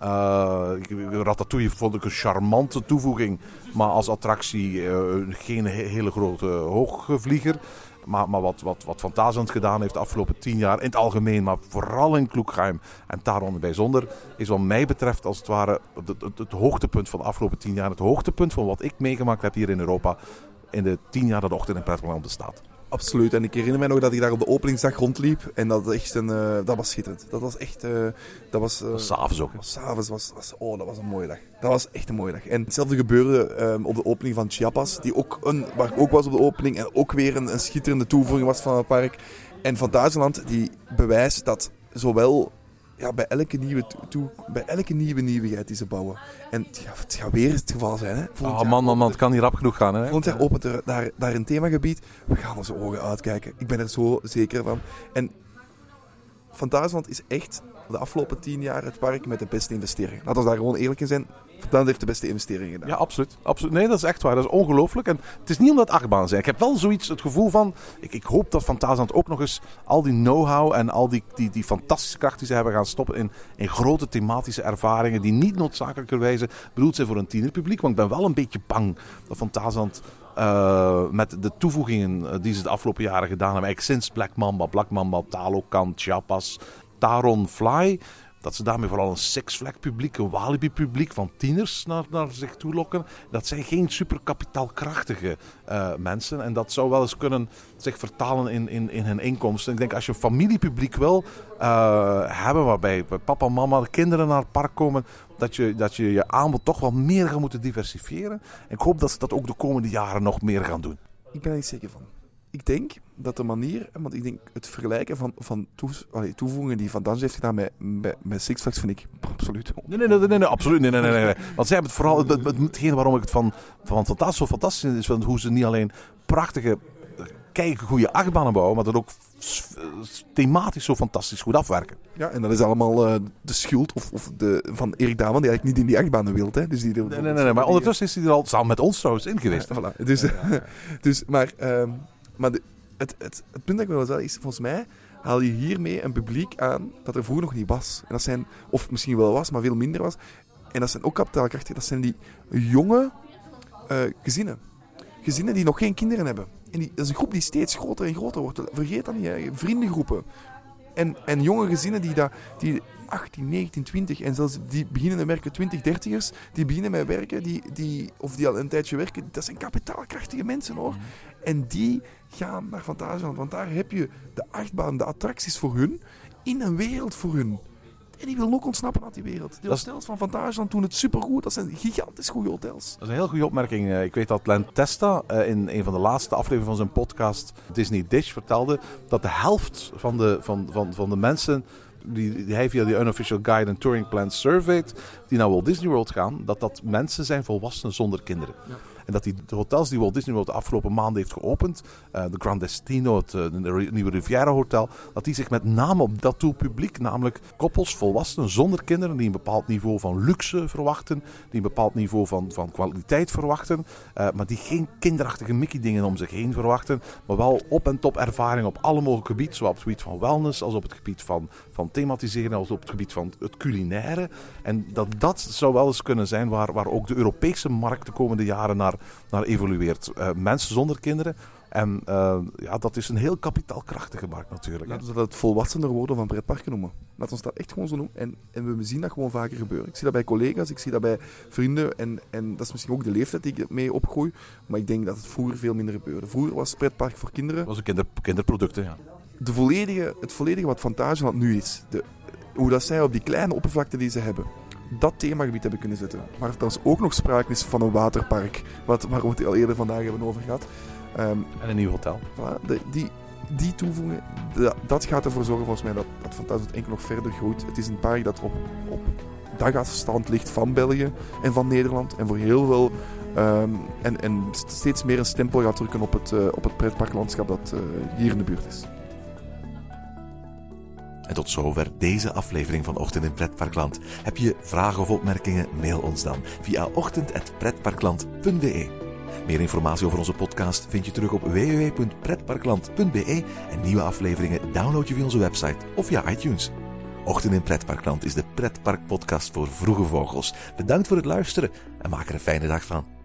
Uh, Ratatouille vond ik een charmante toevoeging, maar als attractie uh, geen he- hele grote hoogvlieger. Maar, maar wat, wat, wat Fantasyland gedaan heeft de afgelopen tien jaar in het algemeen, maar vooral in Klugheim en Taron in het bijzonder, is wat mij betreft als het ware het, het, het hoogtepunt van de afgelopen tien jaar. Het hoogtepunt van wat ik meegemaakt heb hier in Europa in de tien jaar dat de Ochtend in Pretparkland bestaat. Absoluut. En ik herinner mij nog dat ik daar op de openingsdag rondliep. En dat, echt een, uh, dat was schitterend. Dat was echt... Uh, dat was... Uh, S'avonds ook. S'avonds was, was... Oh, dat was een mooie dag. Dat was echt een mooie dag. En hetzelfde gebeurde um, op de opening van Chiapas. Die ook een, waar ik ook was op de opening. En ook weer een, een schitterende toevoeging was van het park. En Fantasyland die bewijst dat zowel... Ja, bij elke nieuwe toe, bij elke nieuwe nieuwigheid die ze bouwen. En het gaat, het gaat weer het geval zijn, hè? Oh man, man, man, het kan niet rap genoeg gaan, hè? Volgend jaar opent er daar, daar een themagebied. We gaan onze ogen uitkijken. Ik ben er zo zeker van. En Fantasieland is echt de afgelopen tien jaar het park met de beste investeringen. Laten we daar gewoon eerlijk in zijn. Fantasieland heeft de beste investeringen gedaan. Ja, absoluut. absoluut. Nee, dat is echt waar. Dat is ongelooflijk. En het is niet omdat het achtbanen zijn. Ik heb wel zoiets het gevoel van... Ik, ik hoop dat Fantasieland ook nog eens al die know-how en al die, die, die fantastische kracht die ze hebben gaan stoppen in, in grote thematische ervaringen die niet noodzakelijkerwijze bedoeld zijn voor een tienerpubliek. Want ik ben wel een beetje bang dat Fantasieland... Uh, met de toevoegingen die ze de afgelopen jaren gedaan hebben, eigenlijk sinds Black Mamba, Black Mamba, Talocan, Chiapas, Taron, Fly, dat ze daarmee vooral een Six Flag publiek, een Walibi publiek van tieners naar, naar zich toe lokken. Dat zijn geen super kapitaalkrachtige uh, mensen en dat zou wel eens kunnen zich vertalen in, in, in hun inkomsten. Ik denk als je een familiepubliek wil uh, hebben waarbij papa en mama, de kinderen naar het park komen, dat je, dat je je aanbod toch wel meer gaat moeten diversifiëren. En ik hoop dat ze dat ook de komende jaren nog meer gaan doen. Ik ben er niet zeker van. Ik denk dat de manier, want ik denk het vergelijken van, van toe, allee, toevoegingen die Van Dans heeft gedaan met, met, met Six Flags vind ik absoluut. Nee, nee, nee, nee, nee absoluut. Nee, nee, nee, nee. Want zij hebben het vooral, het, het, hetgeen waarom ik het van, van fantastisch zo fantastisch vind, is van hoe ze niet alleen prachtige, kijken goede achtbanen bouwen, maar dat ook thematisch zo fantastisch goed afwerken. Ja, en dat is allemaal uh, de schuld of, of de, van Erik Daman, die eigenlijk niet in die achtbanen wil. Hè? Dus die nee, nee, nee, nee, maar ondertussen is hij er al samen met ons trouwens in geweest. Ja, voilà. Dus, ja, ja, ja. dus, maar um, maar de, het, het, het punt dat ik wil zeggen is, volgens mij haal je hiermee een publiek aan dat er vroeger nog niet was. En dat zijn, of misschien wel was, maar veel minder was. En dat zijn ook kapitaalkrachten. Dat zijn die jonge uh, gezinnen. Gezinnen die nog geen kinderen hebben. En die, dat is een groep die steeds groter en groter wordt. Vergeet dat niet, hè. Vriendengroepen. En, en jonge gezinnen die, dat, die achttien, negentien, twintig en zelfs die beginnen te werken, twintig, dertigers, die beginnen met werken, die, die, of die al een tijdje werken, dat zijn kapitaalkrachtige mensen hoor. Mm. En die gaan naar Fantasieland, want daar heb je de achtbaan, de attracties voor hun, in een wereld voor hun. En die willen ook ontsnappen uit die wereld. De hotels van Fantasieland doen het supergoed. Dat zijn gigantisch goede hotels. Dat is een heel goede opmerking. Ik weet dat Len Testa in een van de laatste afleveringen van zijn podcast Disney Dish vertelde dat de helft van de, van, van, van de mensen die, die hij via de Unofficial Guide and Touring Plan surveyed, die naar Walt Disney World gaan, dat dat mensen zijn, volwassenen zonder kinderen. Ja. En dat die de hotels die Walt Disney World de afgelopen maanden heeft geopend, uh, de Grand Destino, het uh, de nieuwe Riviera Hotel, dat die zich met name op dat doelpubliek, namelijk koppels, volwassenen zonder kinderen, die een bepaald niveau van luxe verwachten, die een bepaald niveau van, van kwaliteit verwachten, uh, maar die geen kinderachtige Mickey-dingen om zich heen verwachten, maar wel op- en top ervaring op alle mogelijke gebieden, zowel op het gebied van wellness, als op het gebied van, van thematiseren, als op het gebied van het culinaire. En dat dat zou wel eens kunnen zijn waar, waar ook de Europese markt de komende jaren naar naar evolueert. Uh, mensen zonder kinderen. En uh, ja, dat is een heel kapitaalkrachtige markt natuurlijk. Laten we dat het volwassener worden van pretparken noemen. Laten we dat echt gewoon zo noemen. En, en we zien dat gewoon vaker gebeuren. Ik zie dat bij collega's, ik zie dat bij vrienden. En, en dat is misschien ook de leeftijd die ik mee opgroei. Maar ik denk dat het vroeger veel minder gebeurde. Vroeger was pretpark voor kinderen. Dat was een kinder, kinderproducten, ja. De volledige, het volledige wat Fantasieland nu is. De, hoe dat zij op die kleine oppervlakte die ze hebben, dat themagebied hebben kunnen zetten. Maar dat is ook nog sprake is van een waterpark, wat, waar we het al eerder vandaag hebben over gehad. Um, en een nieuw hotel. Voilà, de, die, die toevoegingen, de, dat gaat ervoor zorgen volgens mij dat, dat Fantasieland enkel nog verder groeit. Het is een park dat op, op dagafstand ligt van België en van Nederland. En voor heel veel um, en, en steeds meer een stempel gaat drukken op het, uh, op het pretparklandschap dat uh, hier in de buurt is. En tot zover deze aflevering van Ochtend in Pretparkland. Heb je vragen of opmerkingen? Mail ons dan via ochtend apenstaartje pretparkland punt be. Meer informatie over onze podcast vind je terug op w w w punt pretparkland punt be en nieuwe afleveringen download je via onze website of via iTunes. Ochtend in Pretparkland is de pretparkpodcast voor vroege vogels. Bedankt voor het luisteren en maak er een fijne dag van.